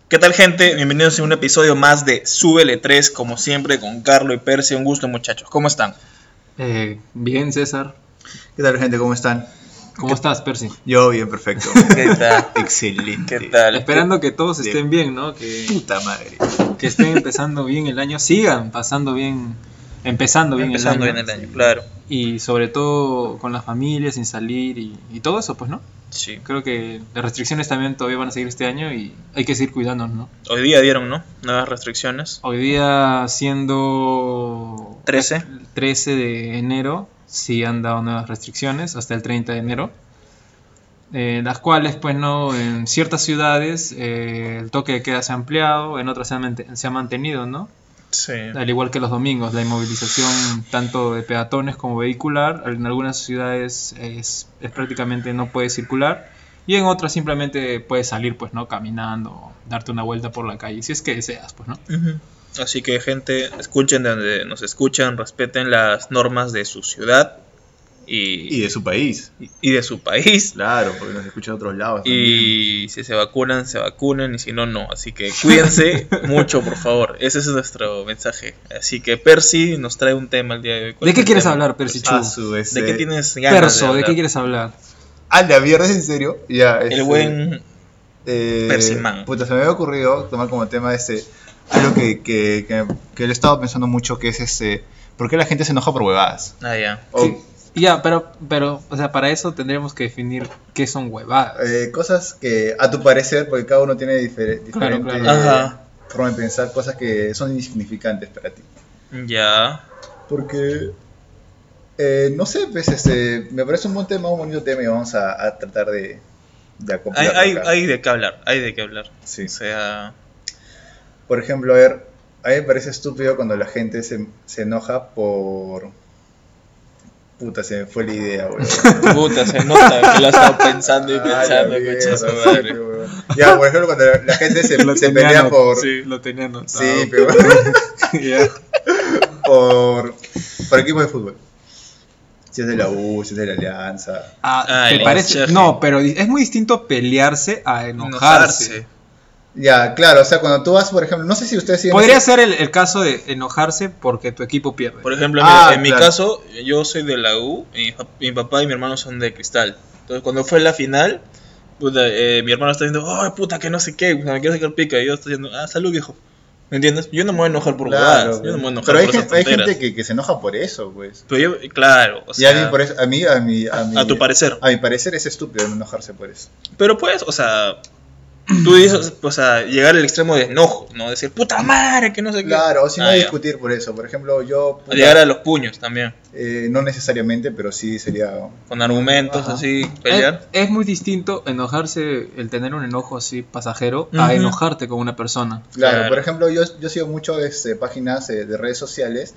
¿Qué tal, gente? Bienvenidos a un episodio más de Súbele 3, como siempre, con Carlos y Percy. Un gusto, muchachos. ¿Cómo están? Bien, César. ¿Qué tal, gente? ¿Cómo están? ¿Cómo estás, Percy? Yo bien, perfecto. ¿Qué tal? Excelente. ¿Qué tal? Esperando que todos estén bien, ¿no? Puta madre. Que estén empezando bien el año, sigan pasando bien, empezando bien Empezando el bien año. el año, claro. Y sobre todo con la familia, sin salir y todo eso, pues, ¿no? Sí. Creo que las restricciones también todavía van a seguir este año y hay que seguir cuidándonos, ¿no? Hoy día dieron, ¿no? Nuevas restricciones. Hoy día, siendo 13. 13 de enero, sí han dado nuevas restricciones hasta el 30 de enero. Las cuales, pues, no, en ciertas ciudades el toque de queda se ha ampliado, en otras se ha mantenido, ¿no? Sí. Al igual que los domingos, la inmovilización tanto de peatones como vehicular, en algunas ciudades es prácticamente no puede circular y en otras simplemente puedes salir, pues, ¿no? Caminando, darte una vuelta por la calle, si es que deseas, pues, ¿no? Ujú. Así que, gente, escuchen de donde nos escuchan, respeten las normas de su ciudad Y de su país. y de su país. Claro, porque nos escuchan de otros lados también. Y si se vacunan, y si no, no. Así que cuídense mucho, por favor. Ese es nuestro mensaje. Así que Percy nos trae un tema el día de hoy. ¿Cuál ¿De es qué el quieres tema? hablar, Percy Chu? ¿De qué tienes ganas Perso, ¿de hablar? qué quieres hablar? La mierda, ¿es en serio? Ya, El buen Percy Man. Puta, se me había ocurrido tomar como tema algo que le he estado pensando mucho, que es ¿por qué la gente se enoja por huevadas? Ah, ya. Sí. Ya, pero, o sea, para eso tendríamos que definir qué son huevadas. Cosas que, a tu parecer, porque cada uno tiene diferente Claro. Ajá. forma de pensar, cosas que son insignificantes para ti. Ya. Porque, no sé, pues, me parece un bonito tema y vamos a tratar de acoplarlo acá. Hay de qué hablar. Hay de qué hablar. Sí. O sea. Por ejemplo, a ver, a mí me parece estúpido cuando la gente se enoja por... Puta, se me fue la idea, güey. Puta, se nota que lo ha estado pensando y pensando. mierda, Coche su sí, madre. pero, ya, por ejemplo, cuando la gente se pelea por... Sí, lo tenía anotado. Sí, pero... Ya. por equipos de fútbol. Si es de la U, si es de la Alianza. Ah, ¿te el parece? hinchaje. No, pero es muy distinto pelearse a enojarse. Ya, claro, o sea, cuando tú vas, por ejemplo, no sé si ustedes siguen... Podría ser el caso de enojarse porque tu equipo pierde. Por ejemplo, mira, en mi claro. caso, yo soy de la U, y mi papá y mi hermano son de Cristal. Entonces, cuando fue la final, puta, mi hermano está diciendo, ay, puta, que no sé qué, o sea, me quiero sacar pica. Y yo estoy diciendo, salud, viejo. ¿Me entiendes? Yo no me voy a enojar por Claro, huevadas. Yo no me voy a enojar pero por esas hay tonteras. gente que se enoja por eso, pues. Pero yo, claro, o Y sea, a tu parecer. A mi parecer es estúpido no enojarse por eso. Pero pues, o sea, tú dices, o sea, llegar al extremo de enojo, ¿no? Decir, puta madre, que no sé qué. Claro, o si no Ya. discutir por eso. Por ejemplo, yo... puta, Llegar a los puños también, no necesariamente, pero sí sería... con argumentos Ajá. así, pelear. Es muy distinto enojarse, el tener un enojo así pasajero, a Ujú. enojarte con una persona. Claro, Claro. por ejemplo, yo sigo mucho páginas de redes sociales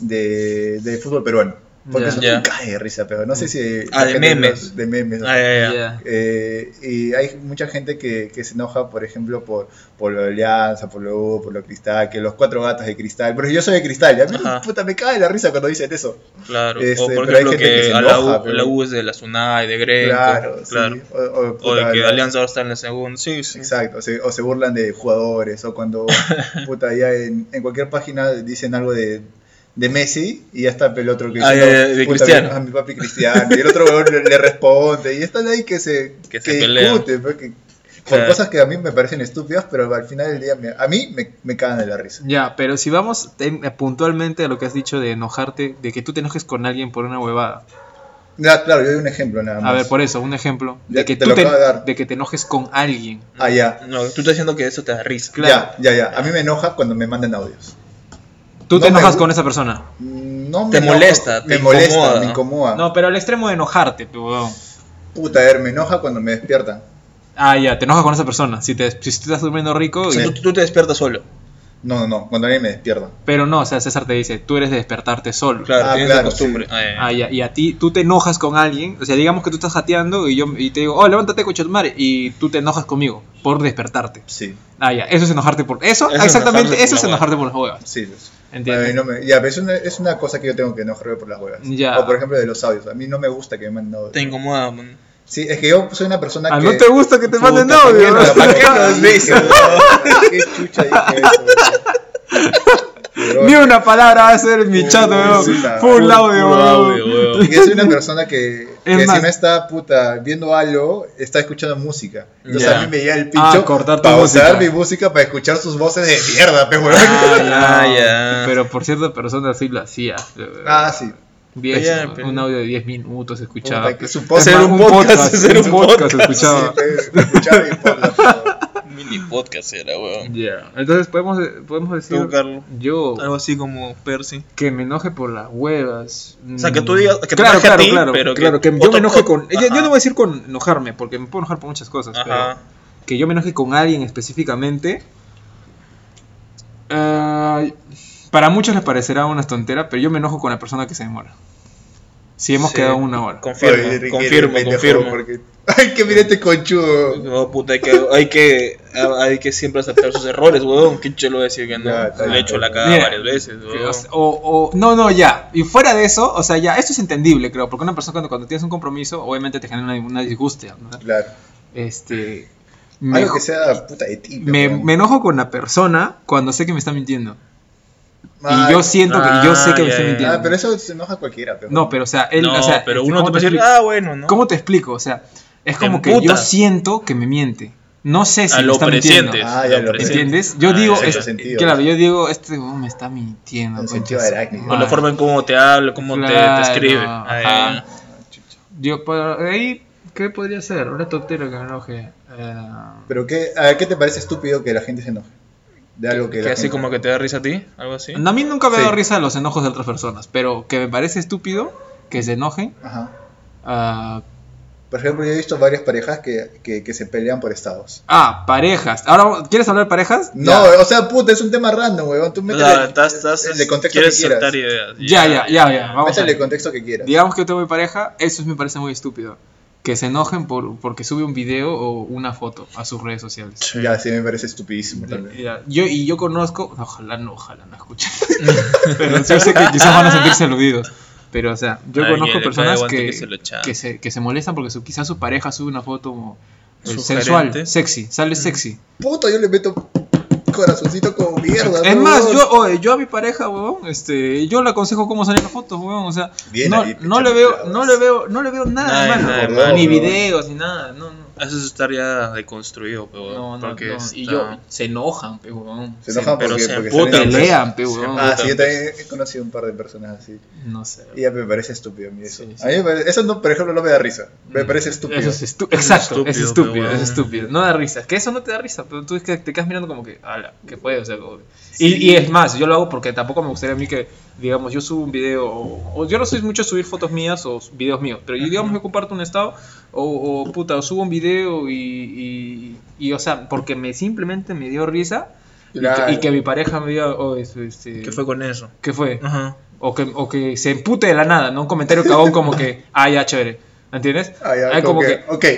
de fútbol peruano. Porque Ya. eso Ya. me cae de risa, pero no sé si... De la gente memes. De memes. Ah, ya. Ya. Y hay mucha gente que se enoja, por ejemplo, por la Alianza, por la U, por lo Cristal, que los 4 gatos de Cristal. Pero yo soy de Cristal, y a mí Ajá. puta, me cae la risa cuando dicen eso. Claro, Este, o por pero hay ejemplo gente que se que a enoja, pero- la U es de la SUNAI, de Greco, Claro, claro. sí. O puta, de que la- Alianza ahora está en la segunda, sí, sí. Exacto, o se burlan de jugadores, o cuando puta, ya en cualquier página dicen algo de Messi y ya está el otro que Ah, diciendo, ya, de puta, Cristiano. a mi papi Cristiano, y el otro weón le responde, y están ahí que se pelean. discuten, porque, por Claro. cosas que a mí me parecen estúpidas, pero al final del día a mí me cagan de la risa. Ya, pero si vamos puntualmente a lo que has dicho de enojarte, de que tú te enojes con alguien por una huevada. Ya, claro, yo doy un ejemplo nada más. A ver, por eso, un ejemplo Ya, de que te tú lo acabo de dar. de que te enojes con alguien. Ah, ya. No, tú estás diciendo que eso te da risa. Claro. Ya. A mí me enoja cuando me mandan audios. Tú No te me enojas gu- con esa persona. No me Te enojo, molesta, me te molesta, incomoda. me incomoda. No, pero al extremo de enojarte, pe, huevón. Puta, a ver, me enoja cuando me despiertan. Ah, ya, te enojas con esa persona. Si tú estás durmiendo rico, Sí. Tú te despiertas solo. No, cuando alguien me despierta. pero no, o sea, César te dice, tú eres de despertarte solo. Claro, Ah, tienes claro, la costumbre. sí. Ah, ya, y a ti, tú te enojas con alguien, o sea, digamos que tú estás jateando y te digo, oh, levántate, coche tu madre, y tú te enojas conmigo por despertarte. Sí, Ah, ya, eso es enojarte por... Eso, Eso es exactamente, enojarse eso por es la enojarte por las huevas. sí. ¿Entiendes? Ya, pero es una cosa que yo tengo que enojarme por las huevas. Ya. O por ejemplo de los audios. A mí no me gusta que me manden audios. Te incomoda, man. Sí, es que yo soy una persona que... ¿No te gusta que te Puta, manden ¿para qué audio? no? ¿Para qué no has visto? ¿Qué chucha dije eso? Ni una palabra va a ser en mi chat, weón. puta. Full audio, weón. weón. Y yo soy una persona que Es si más- no está viendo algo, está escuchando música. Entonces Ya. a mí me llega el pincho cortar tu pausar música. mi música para escuchar sus voces de mierda, pe, weón. Ya. Pero por cierto, persona sí lo hacía. Ah, sí. 10, Ya, ¿no? pero- Un audio de 10 minutos escuchaba. Puta, que es un podcast. Es más, Hacer un podcast, hacer un podcast. escuchaba. Sí, pe, escuchar mi podcast, pero- Mini podcast era, weón. Ya. Entonces podemos decir Tú, Carlos. yo Algo así como Percy. que me enoje por las huevas. O sea, que tú digas, que te claro, enoje a claro, ti, claro, pero claro, que yo otro- me enoje con... Yo Ajá. no voy a decir con enojarme, porque me puedo enojar por muchas cosas, pero Ajá. que yo me enoje con alguien específicamente, para muchos les parecerá una tontera, pero yo me enojo con la persona que se demora. Si hemos Sí. quedado 1 hora. Confirmo, Oye, Ricky, confirmo, eres pendejo, confirmo. porque- Ay, que mira este conchudo. No, puta, hay que siempre aceptar sus errores, weón. ¿Quién che lo va a decir que no? Ya, está Le he bien. hecho la cara Mira, varias veces, weón. No, ya. Y fuera de eso, o sea, ya, esto es entendible, creo, porque una persona cuando tienes un compromiso, obviamente te genera una disguste, ¿no? Claro. Me, Algo que sea puta de ti. pe, me, weón. me enojo con la persona cuando sé que me está mintiendo. Ay, Y yo siento que yo sé que me ya, está ya. mintiendo. pero eso se enoja cualquiera. Pero No, pero o sea, él, No, o sea, pero este, uno te ¿cómo puede decir, explico? bueno, ¿no? ¿Cómo te explico? O sea, es Te como que yo emputas. siento que me miente. No sé si A me lo está mintiendo. presientes. Ah, ya lo ¿Entiendes? Yo Ah, digo, en ese sentido. claro, yo digo, este weón me está mintiendo. En concha sentido su arácnido. Con la madre. forma en cómo te habla, cómo te Claro, escribe. ajá. Ay, Yo, por ahí, ¿qué podría ser? Una tontera que me enoje. Pero ¿qué te parece estúpido que la gente se enoje? De algo que que la así gente- como que te da risa a ti, algo así. A mí nunca me Sí. da risa los enojos de otras personas, pero que me parece estúpido que se enojen. Ajá. ah, Por ejemplo, yo he visto varias parejas que se pelean por estados. parejas. Ahora, ¿quieres hablar de parejas? No, Ya. o sea, puta, es un tema random, weón. Tú O métele sea, el el contexto que quieres quieras. soltar ideas. Ya. Vamos a Métele ver. el contexto que quieras. Digamos que yo tengo mi pareja, eso me parece muy estúpido. Que se enojen porque sube un video o una foto a sus redes sociales. Sí. Ya, sí me parece estupidísimo también. Ya, yo conozco, ojalá no escuchen. Pero yo sé que quizás van a sentirse aludidos. Pero, o sea, yo Ay, conozco que le personas cae guante que, que se lo echan. que se molestan porque quizás su pareja sube una foto sensual, Sugerente. sexy, sale sexy. Puta, yo le meto corazoncito como mierda. Es ¿no? más, yo a mi pareja, weón, yo le aconsejo cómo salir las fotos, weón, o sea, Bien no, ahí, no le pinche veo, no le veo nada, Nada, mano. nada, mano. Ni videos, ni nada, no. Eso es estar ya deconstruido, pero porque Y está- yo, se enojan, pe, weón. Se enojan pero porque, se porque emputan. salen- Pelean, pe, weón. Ah, sí, yo también he conocido un par de personas así. No sé. Y ya me parece estúpido a mí eso. Sí, sí. A mí me parece- eso no, por ejemplo, no me da risa. Me parece estúpido. Eso es exacto, es estúpido, estúpido, pero es bueno. estúpido. No da risa. Que eso no te da risa, pero tú es que te quedas mirando como que, ala, ¿qué fue? O sea, como que- y es más, yo lo hago porque tampoco me gustaría a mí que, digamos, yo subo un video, o yo no soy mucho de subir fotos mías o videos míos, pero yo, digamos, yo comparto un estado, o puta, o subo un video y, o sea, porque simplemente me dio risa. Claro. Y que mi pareja me diga, ¿Qué fue con eso? ¿Qué fue? Ajá. O que se empute de la nada, ¿no? Un comentario cagón como que, ya, chévere. ¿Entiendes? Ah, ya, Hay como que, ok.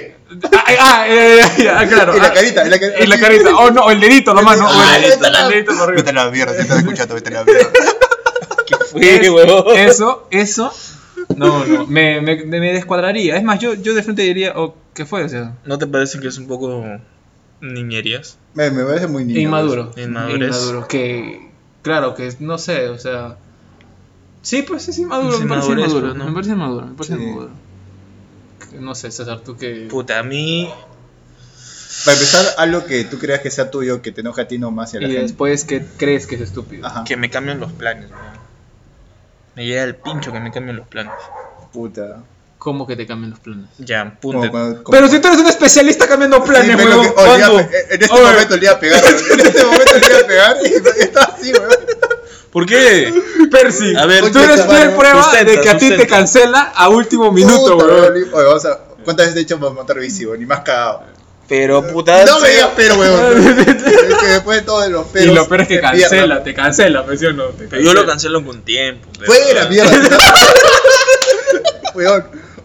Claro. Y la carita, y la carita. Y la carita. Oh, no, el dedito nomás, ¿no? Ah, El dedito por arriba. Vete a la mierda, si estás escuchando, vete a la mierda. ¿Qué fue, huevón? Eso, no, me descuadraría. Es más, yo de frente diría, ¿qué fue? O sea, ¿No te parece que es un poco niñerías? Me parece muy niño. inmaduro. Inmadurez. Inmaduro. Que, claro, que no sé, o sea. Sí, pues es inmaduro, Es me parece inmadurez, inmaduro. pero no. Me parece inmaduro, me parece Sí. inmaduro. No sé, César, tú que. Puta, a mí... Para empezar, algo que tú creas que sea tuyo, que te enoja a ti nomás y a la Y gente. después que crees que es estúpido. Ajá. Que me cambien los planes, weón. Me llega el pincho que me cambien los planes. Puta. ¿Cómo que te cambian los planes? Ya, Como punto. cuando- Pero si tú eres un especialista cambiando planes, Sí, pero weón. que- oh, le iba a ¿Cuándo? pe- en este Oye. momento le iba a pegar. En este momento le iba a pegar y está así, weón. ¿Por qué? Percy, A ver, tú eres Sustenta, fiel prueba sustenta, de que a ti te sustenta. cancela a último minuto, Puta, weón. Oye, vamos a... ¿Cuántas veces te he hecho montar visivo? Ni más cagado. Pero, puta... No me digas pero, weón. Es que después de todos los Y peros. lo peor es que de te cancela, ¿me sí o no? Te Pero yo lo cancela. cancelo con tiempo. pero- Fuera, mierda. Weón.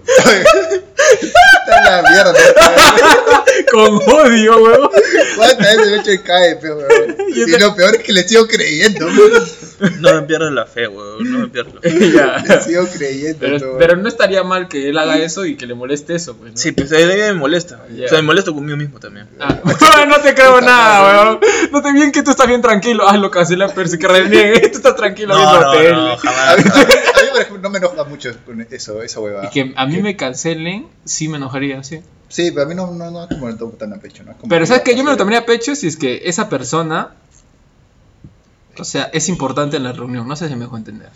Está en la mierda. Con odio, weón. ¿Cuántas veces me he hecho el cae, pero, weón? Y lo peor es que le sigo creyendo. No me pierdas la fe, weón. No me pierdas la fe. Ya. Sigo creyendo Pero, todo. pero no estaría mal que él haga eso y que le moleste eso, pues, ¿no? Sí, pues a mí me molesta. Ya. O sea, me molesta conmigo mismo también. Ah, no te creo nada, weón. No te bien que tú estás bien tranquilo. Ah, lo cancela, pero si que reniegue. Tú estás tranquilo viendo tele. A jamás. mí, por ejemplo, no me enoja mucho con eso, esa huevada. Y que a mí me cancelen, sí me enojaría, sí. Sí, pero a mí no es como el tomo tan a pecho, ¿no? Es como Pero ¿sabes qué? Yo me lo también. tomaría a pecho si es que esa persona, o sea, es importante en la reunión. No sé si me dejo entender.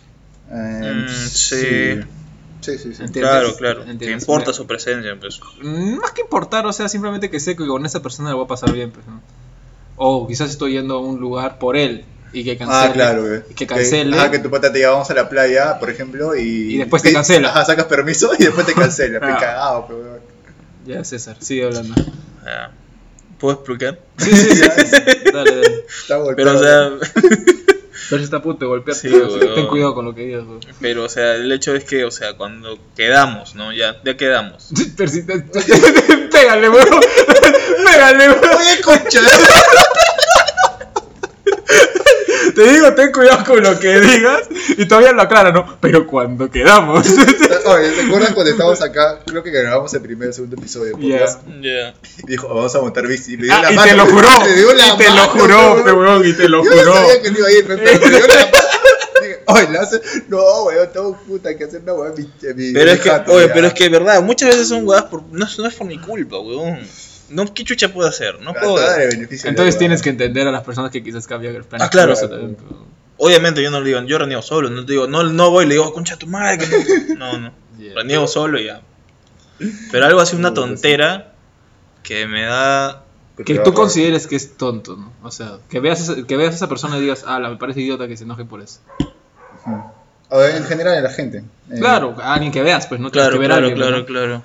Sí. Sí. ¿Entiendes? Claro, claro. Que ¿Entiendes? importa su presencia, pues. Más que importar, o sea, simplemente que sé que con esa persona le voy a pasar bien, pues, ¿no? O quizás estoy yendo a un lugar por él y que cancele. Claro, güey. Y que cancele. Que tu pata te diga, vamos a la playa, por ejemplo, y después te cancela. Ajá, sacas permiso y después te cancela. Ah. Te cagado, pero weón. Ya, César, sigue hablando. Ya. ¿Puedo explicar? Sí, dale. Está golpeado. Pero, o sea, Pero si está a punto de golpearte, Sí, así que weón. ten cuidado con lo que digas, weón. pero, o sea, el hecho es que, o sea, cuando quedamos, ¿no? Ya quedamos. Pero si pégale, weón. Pégale, weón. Oye, concha. Te digo, ten cuidado con lo que digas. Y todavía lo aclara, ¿no? Pero cuando quedamos. Oye, ¿te acuerdas cuando estábamos acá? Creo que grabamos el primer o segundo episodio. Ya. podcast, Ya. Y dijo, vamos a montar bici. Y me dio Ah, la y mano. te lo juró. Me dio la Y te lo mano, juró, weón. Y te lo Yo no juró. sabía que no iba a ir, pero me dio la mano. Dije, oye, la hace. No, weón, tengo puta que hacer una weón. Pero es que, oye, pero es que, verdad, muchas veces son huevadas por. No es por mi culpa, weón. No, ¿qué chucha puedo hacer? No puedo. Entonces tienes que entender a las personas que quizás cambian el plan. Ah, claro. Por eso también, pero- Obviamente yo no le digo, yo reniego solo, no te digo, no voy y le digo, concha tu madre, que no. Yeah. Reniego solo y ya. Pero algo así, una tontera que me da. Que tú consideres que es tonto, ¿no? O sea, que veas a esa persona y digas, me parece idiota que se enoje por eso. O en general a la gente. Claro, a alguien que veas, pues no tienes Claro, que ver a alguien, ¿no? claro.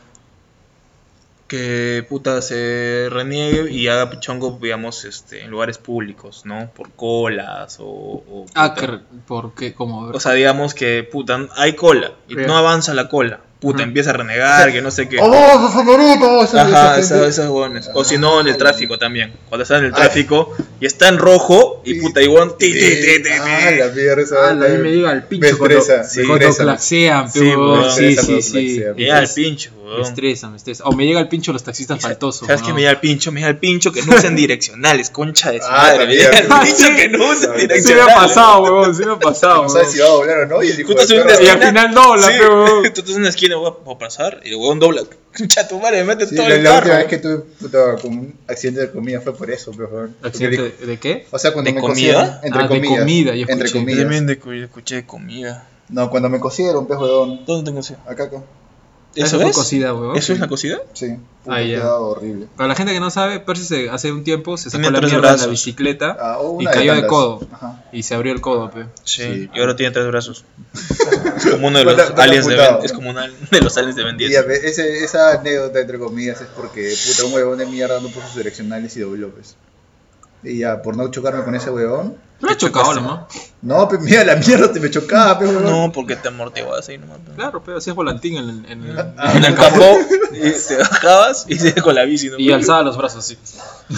Que puta se reniegue y haga chongo, digamos, en lugares públicos, ¿no? Por colas o puta. ¿Por qué? ¿Cómo? O sea, digamos que, puta, hay cola y Bien. no avanza la cola. Puta, Ajá. empieza a renegar, que no sé qué. ¡Oh, señorito! Ajá, esos hueones. O si no, en el tráfico también. Cuando está en el tráfico y está en rojo y puta, igual. Ah, la mierda esa. A mí me llega el pincho Me cuando, estresa, sí, cuando estresa. claxean, Sí, pero weón, sí, estresa sí, cuando sí. claxean. Me llega el pincho, Me weón. estresa. O me llega el pincho los taxistas faltosos. ¿Sabes ¿no? qué me llega el pincho? Me llega el pincho que no usen direccionales, concha de su Ah, madre. Me llega el también. pincho que no usen Sí, Sí me direccionales. ha pasado, weón, sí me ha pasado. No sabes si va a doblar o no. Y el hijo Tú estás de en una perra- Y esquina. al final dobla, Sí, pero- tú estás en una esquina, voy a pasar y el huevón dobla. Concha tu madre, me mete Sí, todo la el última carro. vez que tuve puta, como un accidente de comida fue por eso, pero ¿Accidente de qué? O sea, cuando ¿De me comida? cosieron, entre De comillas, comida, yo entre escuché. Yo comillas. también escuché de comida. No, cuando me cosieron, pez huevón, ¿Dónde tengo cosida? acá. ¿Eso fue es? cocida, weón. ¿Eso es la cocida? Sí, puta, ya. quedaba horrible. Para la gente que no sabe, Percy hace un tiempo se sacó Tiene la 3 mierda de la brazos. bicicleta O y una cayó de tantas. codo. Ajá. Y se abrió el codo, pe. Sí. Y ahora tiene 3 brazos. Es como uno de los Está aliens de apuntado. Ben. Es como uno de los aliens de Ben Y 10. esa anécdota, entre comillas, es porque puta, un huevón de mierda no puso sus direccionales y dobló, pues. Y ya, por no chocarme con ese huevón. No ha chocado, ¿no? No, pues mira la mierda, te me chocaba, pe huevón. No, porque te amortiguas ahí nomás. Claro, pero hacías volantín en En el campo, y te bajabas y sigues con la bici. ¿no? y alzaba los brazos así.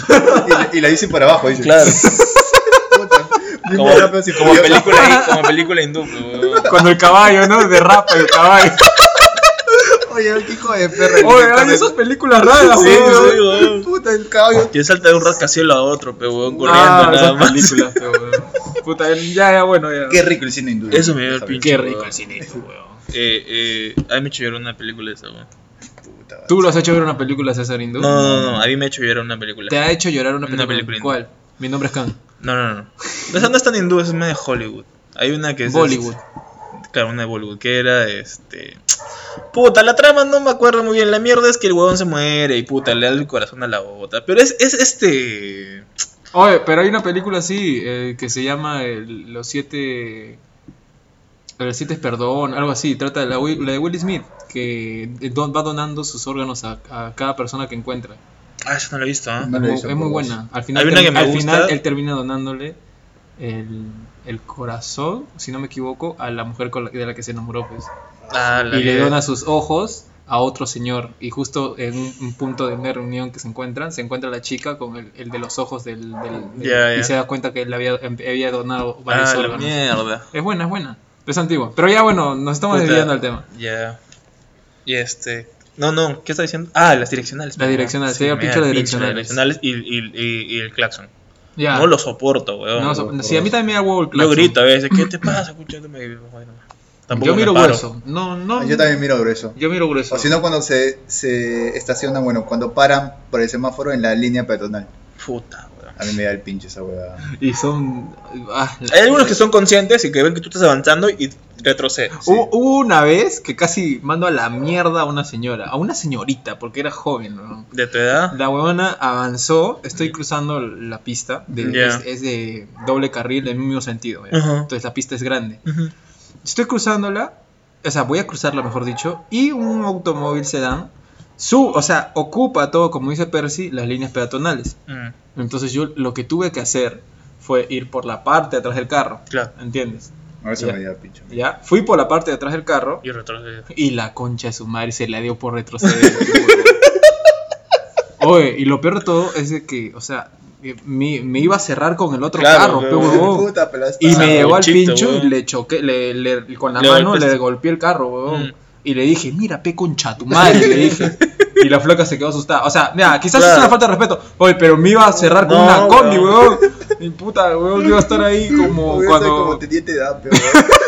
Y la hice para abajo, dice. Claro. Puta, bien Como, rápido, así, como yo- película hindú. Pues, weón. Cuando el caballo, ¿no? Derrapa el caballo. Oye, qué hijo de perra. Oye, hay esas películas raras, Sí, weón. sí, weón. Puta, el caballo. Que salta de un rascacielos a otro, pero weón, corriendo Ah, nada esas más. películas, pe, weón. Puta, ya, bueno, ya. Qué rico el cine hindú. Eso me dio el pinche. Qué rico weón. el cine, weón. A mí me ha hecho llorar una película de esa, weón. Puta, ¿Tú lo has hecho ver una película, César Hindú? No, a mí me ha hecho llorar una película. ¿Te ha hecho llorar una película? película hindú. ¿Cuál? Mi nombre es Khan. No. Esa no es tan hindú, es medio Hollywood. Hay una que es. Bollywood. Claro, una de Bollywood, que era Puta, la trama no me acuerdo muy bien. La mierda es que el huevón se muere y puta, le da el corazón a la otra. Pero es Oye, pero hay una película así que se llama Los Siete es perdón, algo así. Trata de la de Will Smith, que va donando sus órganos a cada persona que encuentra. Ah, esa no la he visto, ¿eh? No la he Es visto, muy por buena. Al final, Hay una que me al gusta. final él termina donándole el corazón, si no me equivoco, a la mujer de la que se enamoró, pues. Ah, Y le dona sus ojos a otro señor y justo en un punto de una reunión que se encuentra la chica con el de los ojos y se da cuenta que él había donado varios La órganos. mierda. Es buena, es antigua. Pero ya bueno, nos estamos desviando del tema. Ya. Y No, ¿qué está diciendo? Ah, las direccionales. Las direccionales, sí, me pincho da de el pincho direccionales. y el claxon. Ya. No lo soporto, weón. Sí, a mí también me da huevo el Yo claxon. grito a veces, ¿qué te pasa? Escuchándome. Bueno, tampoco Yo miro me paro. grueso. No. Yo también miro grueso. Yo miro grueso. O si no, cuando se estacionan, bueno, cuando paran por el semáforo en la línea peatonal. Puta, weón. A mí me da el pinche esa huevada. Y son... Hay algunos que son conscientes y que ven que tú estás avanzando y retroceden. Sí. Hubo una vez que casi mando a la mierda a una señorita, porque era joven, ¿no? ¿De tu edad? La huevona avanzó, estoy cruzando la pista, Ya. es de doble carril, del mismo sentido, ¿ya? Ajá. Entonces la pista es grande. Estoy cruzándola, o sea, voy a cruzarla mejor dicho, y un automóvil sedán, ocupa todo, como dice Percy, las líneas peatonales. Entonces yo lo que tuve que hacer fue ir por la parte de atrás del carro, Claro. ¿entiendes? A veces Ya. me da el pinche. ¿Ya? Fui por la parte de atrás del carro Y retrocede. y la concha de su madre se la dio por retroceder. Oye, y lo peor de todo es de que, o sea, me iba a cerrar con el otro Claro, carro, pero- pe, huevón. Puta, pero está- Y me llegó al Chito, pincho y huevón. le choqué, con la Le mano golpeaste. le golpeé el carro, huevón. Mm. Y le dije, mira, pe concha tu madre, le dije. Y la flaca se quedó asustada. O sea, mira, quizás Claro. es una falta de respeto. Oye, pero me iba a cerrar con No, una combi, weón. huevón. Mi puta, huevón, iba a estar ahí como Hubiera cuando... sido como tenía te da, pero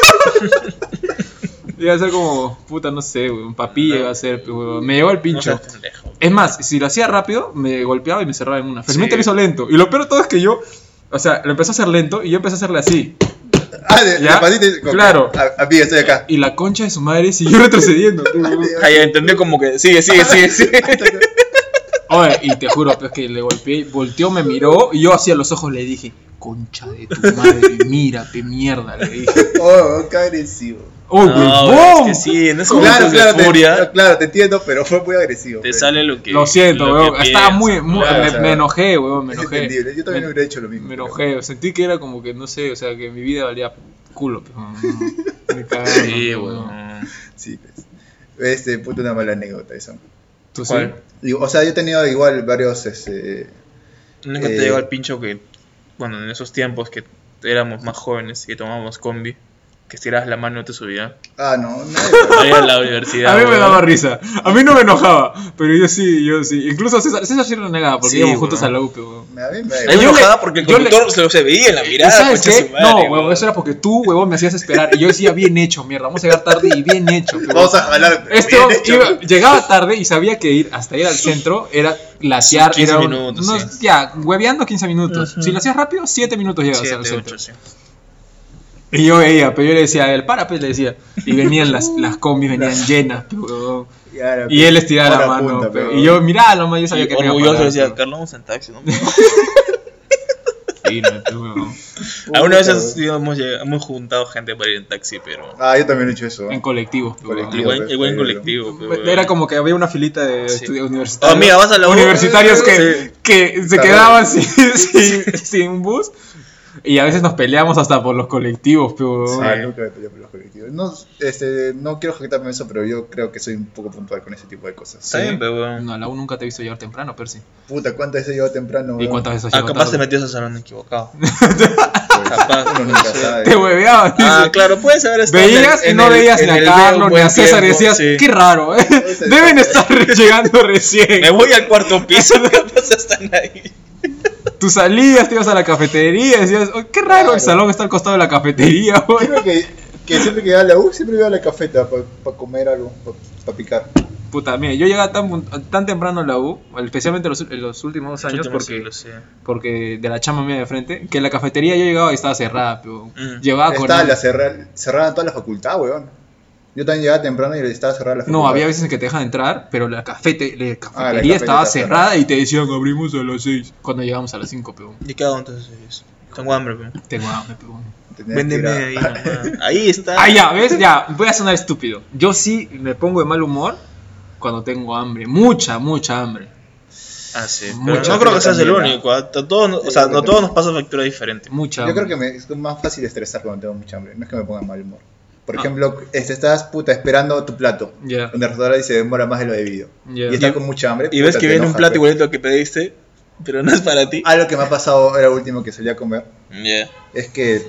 Iba a ser como, puta, no sé, weón, papilla iba a ser, pe, huevón. Me llegó al No pincho. seas pendejo. Es más, si lo hacía rápido, me golpeaba y me cerraba en una. Felizmente Sí. lo hizo lento. Y lo peor de todo es que yo, o sea, lo empecé a hacer lento y yo empecé a hacerle así. de pasito, Claro. Amiga, estoy acá. Y la concha de su madre siguió retrocediendo. Ahí entendió como que sigue. Oye, y te juro, pues que le golpeé, volteó, me miró y yo hacia los ojos le dije, concha de tu madre, mírate, mierda, le dije. Oh, qué agresivo. ¡Oh, No, huevón! es que sí, en esos Claro, momentos de furia claro, te entiendo, pero fue muy agresivo. te pero sale lo que. Lo siento, lo weón. que Estaba piensas, muy claro. o sea, me enojé, weón, me es enojé. entendible. Yo también hubiera hecho lo mismo. Me pero- enojé, sentí que era como que, no sé, o sea, que mi vida valía culo. Pues, me cagaron, Sí, weón. weón. Sí, pues. Puta, una mala anécdota eso. ¿Tú sí? ¿Cuál? Digo, o sea, yo he tenido igual varios, Nunca te llegó al pincho que, bueno, en esos tiempos que éramos más jóvenes y tomábamos combi, que estirabas la mano y no te subía. Ah, no, Para ir a la universidad. A mí me weón. daba risa. A mí no me enojaba, pero yo sí. Incluso César sí renegaba porque Sí, íbamos juntos weón. a la UP, weón. A mí me A mí me Yo le- enojaba porque el yo le- conductor se veía en la ¿Y mirada. sabes concha qué? su madre, No, weón. huevón, eso era porque tú, huevón, me hacías esperar. Y yo decía, bien hecho, mierda, vamos a llegar tarde y bien hecho. Pero Vamos a jalar. este bien hombre hecho. llegaba tarde y sabía que hasta ir al centro era latear. 15 era minutos, sí. Ya, hueveando 15 minutos. Ujú. Si lo hacías rápido, 7 minutos llegas al 7, centro. 8, sí. Y yo veía, pero yo le decía a él, para, pues le decía. Y venían las combis, venían llenas, pe, huevón. Y él estiraba la Hora mano, punta, pe, pero- y yo miraba nomás, yo sabía Y que no iba a orgulloso parar, decía, pe. Carlos, vamos en taxi, ¿no? Sí, no, pe, huevón. Algunas Puta, veces sí, hemos juntado gente para ir en taxi, pero. Ah, yo también he hecho eso. En colectivo, pe, huevón. Colectivo. El buen colectivo. pero, Era como que había una filita de Sí. universitarios. Oh, mira, vas a la U. Universitarios Sí. que se Claro. quedaban sin bus. Y a veces nos peleamos hasta por los colectivos, pero Ah, nunca me peleé por los colectivos. No, no quiero jactarme eso, pero yo creo que soy un poco puntual con ese tipo de cosas. Está bien, pero weón. No, a la U nunca te he visto llegar temprano, Percy. Puta, ¿cuántas veces llego temprano? ¿Y weón? cuántas veces has Ah, llegado capaz te tarde? metías a salón equivocado. Pues, capaz, uno nunca no sé. sabe. Te hueveaban. Ah, dice. claro, puedes haber estado. Veías y en no el- veías en ni a el Carlos buen ni a César y tiempo, decías, sí. qué raro, ¿eh? Deben estar llegando recién. Me voy al cuarto piso, capaz están ahí. Tú salías, te ibas a la cafetería y decías, oh, qué raro, el Claro. salón está al costado de la cafetería, güey. Creo que siempre que iba a la U, siempre iba a la cafeta para comer algo, para picar. Puta, mira, yo llegaba tan temprano a la U, especialmente en los últimos 2 años, Últimos porque, siglos, sí. porque de la chama mía de frente, que en la cafetería yo llegaba y estaba cerrada, pero llevaba con... Estaba cerrada toda la facultad, weón. Yo también llegaba temprano y estaba cerrada la facultad. No, había veces en que te dejan entrar, pero la cafetería cafetería estaba está cerrada y te decían, abrimos a las 6, cuando llegamos a las 5, pero ¿Y qué hago entonces? Tengo hambre, weón. tengo hambre, pero... Tenías que Véndeme ir ahí, a- nomás. Ahí está. Ah, ya, ¿ves? Ya, voy a sonar estúpido. Yo sí me pongo de mal humor cuando tengo hambre, mucha hambre. Ah, sí. Pero Mucho. no creo que seas el También, único. A todos, o sea, no todos nos pasa factura diferente. Mucha Yo hambre. creo que es más fácil estresar cuando tengo mucha hambre. No es que me ponga mal humor. Por ejemplo, estás puta esperando tu plato. Ya. En el restaurante y se demora más de lo debido. Ya. Y estás con mucha hambre. Y ves puta, que te viene un enojas, plato pues. igualito al que pediste, pero no es para ti. Algo que me ha pasado era lo último que salí a comer. Ya. Es que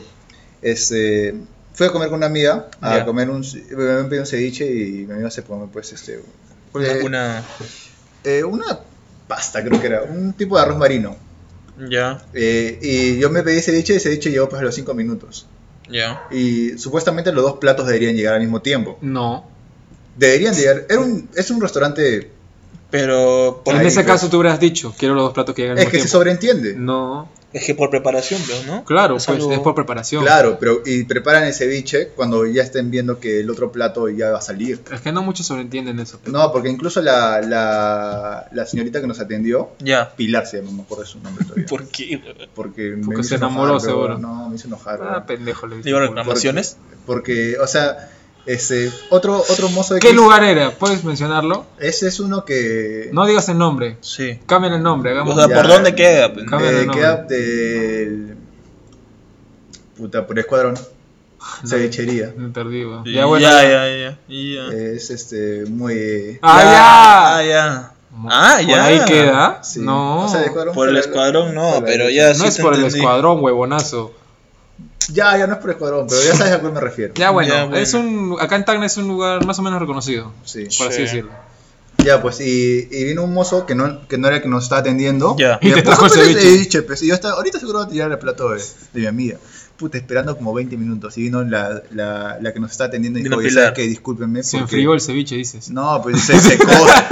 fui a comer con una amiga. A Ya. comer me pedí un ceviche y mi amiga se come pues Una. una pasta, creo que era. Un tipo de arroz marino. Ya. Y yo me pedí ceviche y el ceviche llegó pues a los 5 minutos. Ya. Y supuestamente los dos platos deberían llegar al mismo tiempo. No. Deberían llegar. Es un restaurante. Pero. Por En ahí, ese pues. caso tú hubieras dicho, quiero los dos platos que llegan al Es mismo que se tiempo. sobreentiende. No. Es que por preparación, ¿no? Claro, Es pues algo- es por preparación. Claro, pero y preparan el ceviche cuando ya estén viendo que el otro plato ya va a salir. Es que no muchos sobreentienden eso. pero- No, porque incluso la señorita que nos atendió, Ya. Pilar se llama, no me acuerdo de su nombre todavía. ¿Por qué? Porque Porque hizo se enamoró, enojar, seguro. No, me hizo enojar. Ah, pendejo le ¿Lleva dije. reclamaciones? Porque, o sea, otro mozo de ¿Qué Chris- lugar era? ¿Puedes mencionarlo? Ese es uno que No digas el nombre. Sí. Cambien el nombre. Hagamos... O sea, Ya. ¿por dónde queda? Pues? Cambia el nombre. queda del... Puta, por Escuadrón. Cevichería. Me perdí, weón. Ya, Ya, bueno. ya. Es muy... Ah, ya. ya. Ah, ¿Por ya. ahí queda? Sí. No. O sea, de Escuadrón Por el para- escuadrón no, para la pero derecha. ya sí No es te por el entendí. escuadrón, huevonazo. Ya no es por Escuadrón, pero ya sabes a cuál me refiero. Ya bueno, Ya, bueno. es acá en Tacna es un lugar más o menos reconocido, Sí. por así Sí. decirlo. Ya, pues, y vino un mozo que no era el que nos estaba atendiendo. Ya. Y te me trajo el puso ceviche. pues, y yo estaba, ahorita seguro va a tirar el plato de mi amiga. Puta, esperando como 20 minutos. Y vino la que nos está atendiendo y Vino dijo, Pilar. ¿sabes qué? Discúlpenme. Se porque- enfrió el ceviche, dices. No, pues se secó.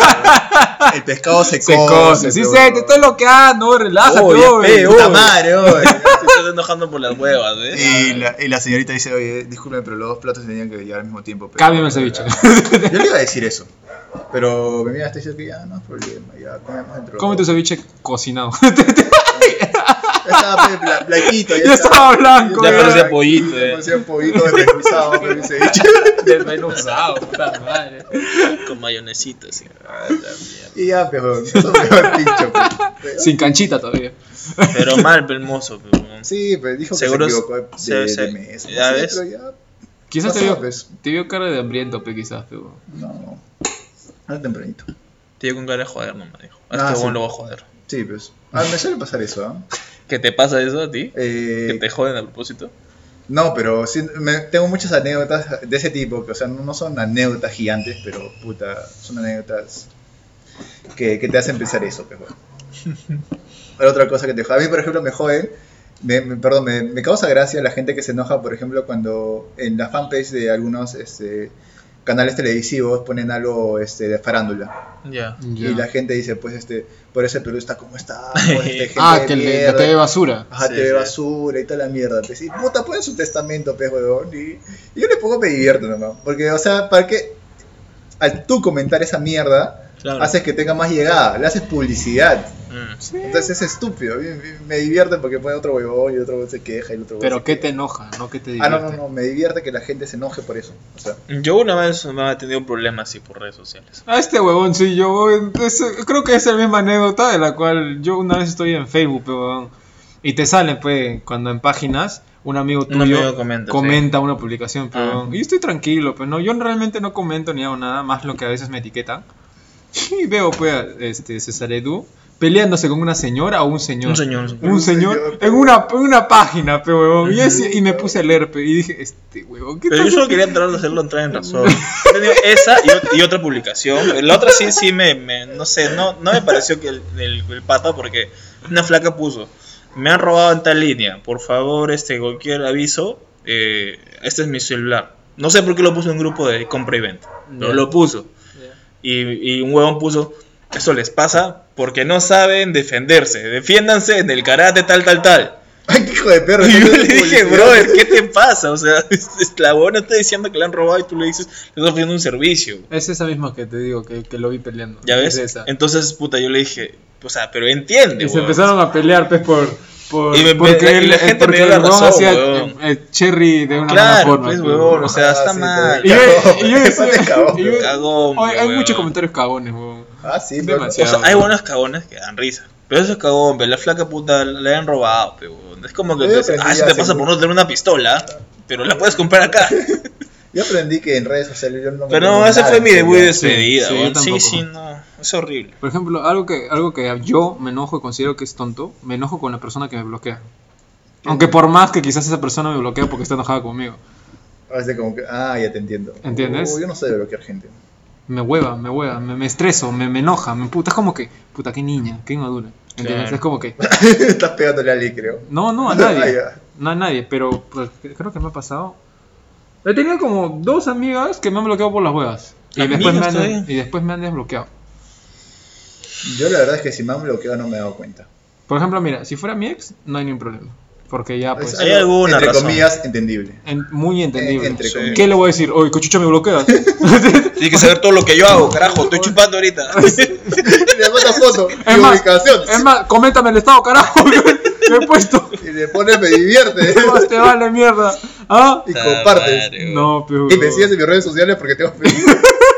El pescado se Se cose. Sí, sé, te estoy bloqueando, relájate, Oh, ya oye. peo. Puta madre, oye. Te estás enojando por las huevas, ¿eh? Y la señorita dice, oye, disculpen, pero los dos platos tenían que llegar al mismo tiempo. Pero... Cámbiame el ceviche. Yo le iba a decir eso. Pero mi amiga está diciendo que ya no es problema, ya comemos dentro. Come tu ceviche cocinado. Ya estaba blanquito, Ya estaba blanco, Ya ya. parecía pollito, Ya parecía un pollito desmenuzado con el ceviche. Desmenuzado, puta madre. Con mayonesita, así. Ah, la mierda. Y ya, pero eso me va el pincho. Pues. Sin canchita todavía. Pero mal, pelmoso. Sí, pues dijo que Seguro se equivocó de mes. ya No sé, ves. pero ya, Quizás Pasó, pues. te vio cara de hambriento, pe, quizás, pero... no. Era tempranito. Tío con cara de joder, no me dijo. Ah, Hasta sí. bueno lo voy a joder. Sí, pues. Me suele pasar eso, ¿ah? ¿Qué te pasa eso a ti? ¿Que ¿Eh? te joden a propósito? No, pero sí, tengo muchas anécdotas de ese tipo, que o sea, no son anécdotas gigantes, pero puta, son anécdotas que te hacen pensar eso, pero otra cosa que te joden. A mí, por ejemplo, me joden, perdón, me causa gracia la gente que se enoja, por ejemplo, cuando en la fanpage de algunos canales televisivos ponen algo de farándula. Ya. Y la gente dice, pues, por eso el Perú está como está, pues, gente Ah, de que la mierda. TV basura. Ajá, Sí, TV sí. basura y toda la mierda. Pues, y puta, ponen su testamento, pues, weón. Y yo le pongo me divierto nomás. Porque, o sea, ¿para qué? Al tú comentar esa mierda, Claro. haces que tenga más llegada, le haces publicidad. Mm. Entonces es estúpido. Me divierte porque pone otro huevón y otro huevón se queja y el otro huevón Pero se ¿qué queja. te enoja? No que te Ah, divierte. no, me divierte que la gente se enoje por eso. O sea, Yo una vez me he tenido un problema así por redes sociales. A este huevón, sí, creo que es la misma anécdota de la cual yo una vez estoy en Facebook, pe, huevón, y te sale, pues, cuando en páginas un amigo tuyo amigo comenta, una publicación, pe, Ah. huevón, y yo estoy tranquilo, pero no, yo realmente no comento ni hago nada, más lo que a veces me etiquetan, y veo, pues, a César Edu peleándose con una señora o un señor. Un señor. Un señor en una página, pe, huevón, y me puse a leer, pe, y dije, este huevón, ¿qué Pero yo tal? solo quería hacerlo entrar en razón. He tenido esa y otra publicación. La otra sí no sé, no me pareció que el pata, porque una flaca puso, me han robado en tal línea, por favor, cualquier aviso, este es mi celular. No sé por qué lo puso en un grupo de compra y venta, pero Ya. lo puso. Ya. Y un huevón puso, eso les pasa porque no saben defenderse, defiéndanse en el karate tal. ¡ay, qué hijo de perro! Y yo Eso le es dije, publicidad. brother, ¿qué te pasa? O sea, la buena está diciendo que le han robado y tú le dices, le estás ofreciendo un servicio. Es esa misma que te digo, que lo vi peleando. ¿Ya ves? Es esa. Entonces, puta, yo le dije, o sea, pero entiende, Y se weón. empezaron a pelear, pues, Y porque la gente porque me dio la el huevón razón, hacía huevón. cherry de una mala Claro, forma. pues, pues, huevón, o sea, Ah, está sí, mal. Y yo, Cagón. y yo decía- Te cagón, y yo- Cagón, Oye, hay weón. muchos comentarios cagones, huevón. Ah, sí, Demasiado. O sea, hay buenos cagones que dan risa. Pero eso es cagón, pero la flaca puta le han robado, pero es como que Yo te aprendí eso te hace pasa por mucho. no tener una pistola, pero la puedes comprar acá. Yo aprendí que en redes sociales yo no me Pero no, tomo ese nada fue en mi debut serio. de despedida, Sí, weón. yo Sí, tampoco. sí, no. Es horrible. Por ejemplo, algo que yo me enojo y considero que es tonto, me enojo con la persona que me bloquea. Aunque por más que quizás esa persona me bloquea porque está enojada conmigo. Hace como que, ya te entiendo. ¿Entiendes? Yo no sé de bloquear gente. Me hueva, me estreso, me enoja, me puta. Es como que, puta, qué niña, qué inmadura. ¿Entiendes? Claro. Es como que, Estás pegándole a Ali, creo. no, a nadie. Ah, ya. No a nadie, pero pues, creo que me ha pasado. He tenido como 2 amigas que me han bloqueado por las huevas. Y Amigas todavía. después me han desbloqueado. Yo la verdad es que si me han bloqueado no me he dado cuenta. Por ejemplo, mira, si fuera mi ex, no hay ningún problema. Porque ya, pues, Es hay algo, alguna entre razón. comillas, entendible. muy entendible. Entre Sí. comillas. ¿Qué le voy a decir? Oye, cochucha, me bloqueas. Tienes que saber todo lo que yo hago, carajo. Estoy chupando ahorita. Le manda foto y Es más, ubicación. es más, coméntame el estado, carajo. Me he puesto. Y le pones me divierte. Más te vale mierda. ¿Ah? Y compartes. Madre, No, pero. Y me sigues en mis redes sociales porque tengo Facebook.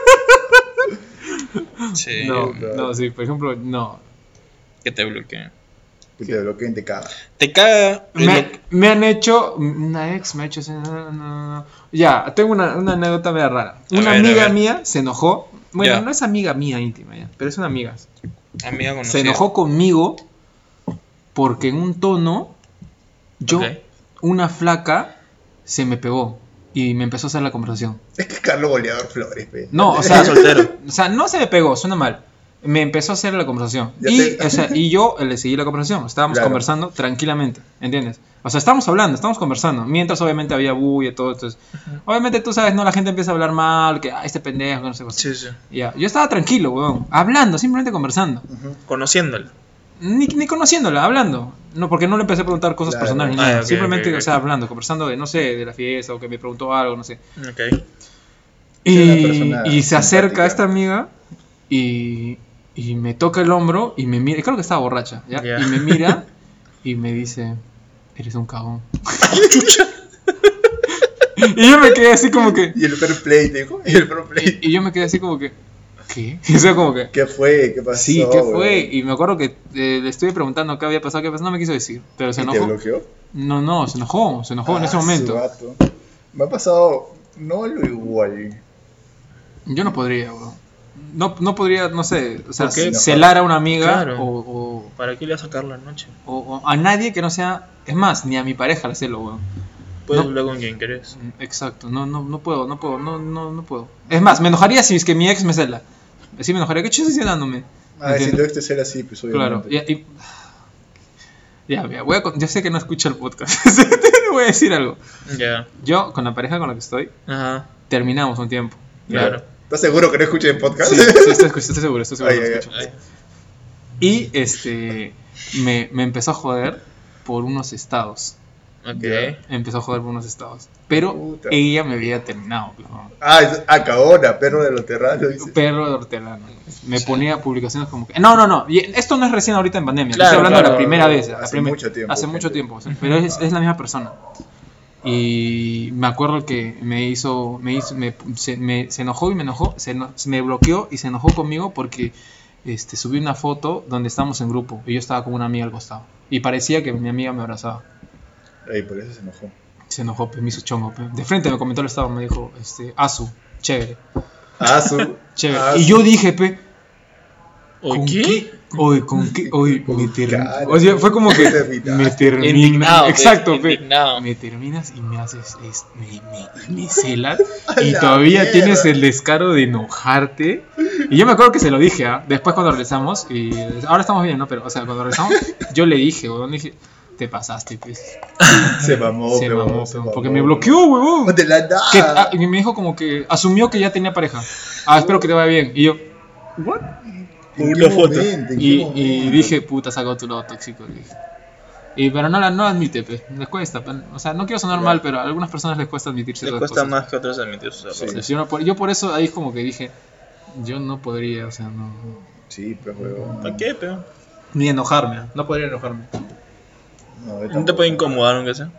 Sí. No, sí, por ejemplo, no. Que te bloqueen. Que te bloqueen, te caga. Te caga. Me han hecho. Una ex me ha hecho. No. Ya, tengo una anécdota media rara. Una ver, amiga a ver. mía se enojó. Bueno, Ya. no es amiga mía íntima, ya, pero es una amiga. Amiga conocida. Se enojó conmigo porque en un tono Ok. una flaca se me pegó y me empezó a hacer la conversación. Es que es Carlos Goleador Flores, pe. No, o Estaba sea, soltero. no se me pegó, suena mal. Me empezó a hacer la conversación. Ya Y, te- o sea, y yo le seguí la conversación. Estábamos Claro. conversando tranquilamente, ¿entiendes? O sea, estábamos hablando, estábamos conversando. Mientras obviamente había bulla y todo. Entonces, obviamente tú sabes, ¿no? La gente empieza a hablar mal, que este pendejo, no sé qué. Sí, sí. Ya, yo estaba tranquilo, weón. Hablando, simplemente conversando. Ujú. Conociéndola. Ni conociéndola, hablando. No, porque no le empecé a preguntar cosas Claro. personales ni Ah, nada. ok, Simplemente, ok, ok. o sea, hablando, conversando de, no sé, de la fiesta o que me preguntó algo, no sé. Ok. Es una persona Y se acerca simpática. a esta amiga y me toca el hombro y me mira. Creo que estaba borracha, ¿ya? Ya. Y me mira y me dice: Eres un cagón. Y yo me quedé así como que. Y el fair play, te dijo. Y el fair play. Y yo me quedé así como que. ¿Qué? O sea, como que. ¿Qué fue? ¿Qué pasó? Sí, ¿qué fue? güey? Y me acuerdo que le estuve preguntando qué había pasado, no me quiso decir. Pero se ¿Y te enojó. bloqueó? No, se enojó en ese Ah, momento. su vato. Me ha pasado no lo igual. Yo no podría, weón. No podría, no sé, o sea, ¿Por qué? celar a una amiga Claro. o ¿Para qué le vas a sacar la noche? a nadie que no sea, es más, ni a mi pareja le celo, weón. Puedes No. hablar con quien querés. Exacto, no puedo. Es más, me enojaría si es que mi ex me cela. Sí me enojaría, ¿qué chucha celándome? Ah, si ¿Entiendes? tú este ser así, pues Claro, obviamente. ya, mira, yo sé que no escucha el podcast. Voy a decir algo. Ya. Yo, con la pareja con la que estoy, Ajá. terminamos un tiempo. Claro. ¿Estás seguro que no escuches el podcast? Sí, estoy seguro que Ay, lo ay, escucho. Ay. Y me empezó a joder por unos estados. Ok. Ya. Me empezó a joder por unos estados. Pero Puta. ella me había terminado. ¿No? Es Acabona, perro de los terranos. Dice. Perro de hortelano. Me ponía publicaciones como que. No. Y esto no es recién ahorita en pandemia. Claro, estoy hablando de la claro. primera vez. Hace mucho tiempo, Hace gente. mucho tiempo. ¿Sí? Pero es la misma persona. Y me acuerdo que se enojó y me enojó. Me bloqueó y se enojó conmigo porque subí una foto donde estábamos en grupo. Y yo estaba con una amiga al costado. Y parecía que mi amiga me abrazaba. Ay, por eso se enojó. Se enojó, me hizo chongo. De frente me comentó el estado, me dijo, Asu, chévere. Chévere. Y yo dije, ¿O ¿con qué? Oye, ¿con qué? Oye, me terminas. cara. O sea, fue como que Te irritaste. me terminas. Indignado, Exacto, pe. indignado. Me terminas y me haces, me celas A y la todavía mierda. tienes el descaro de enojarte. Y yo me acuerdo que se lo dije, ¿ah? Después cuando regresamos, y ahora estamos bien, ¿no? Pero, o sea, cuando regresamos, yo le dije, weón, dije, te pasaste, pues. Se mamó, Se pero, mamó, se pero, mamó. porque me bloqueó, huevón. De la nada. Y me dijo como que asumió que ya tenía pareja. Espero que te vaya bien. Y yo, ¿what? ¿En Una qué foto. momento? ¿En qué Y momento? dije, puta, sacó tu lado tóxico. Le dije. Pero no admite, pues. Les cuesta. O sea, no quiero sonar mal, pero a algunas personas les cuesta admitir Les ciertas cuesta cosas. más que a otros admitir sus errores. Sí, yo por eso ahí como que dije, yo no podría, o sea, no. Sí, pero huevón. ¿Para qué, peón? Ni enojarme, no podría enojarme. No, yo ¿No te tampoco. puede incomodar aunque sea?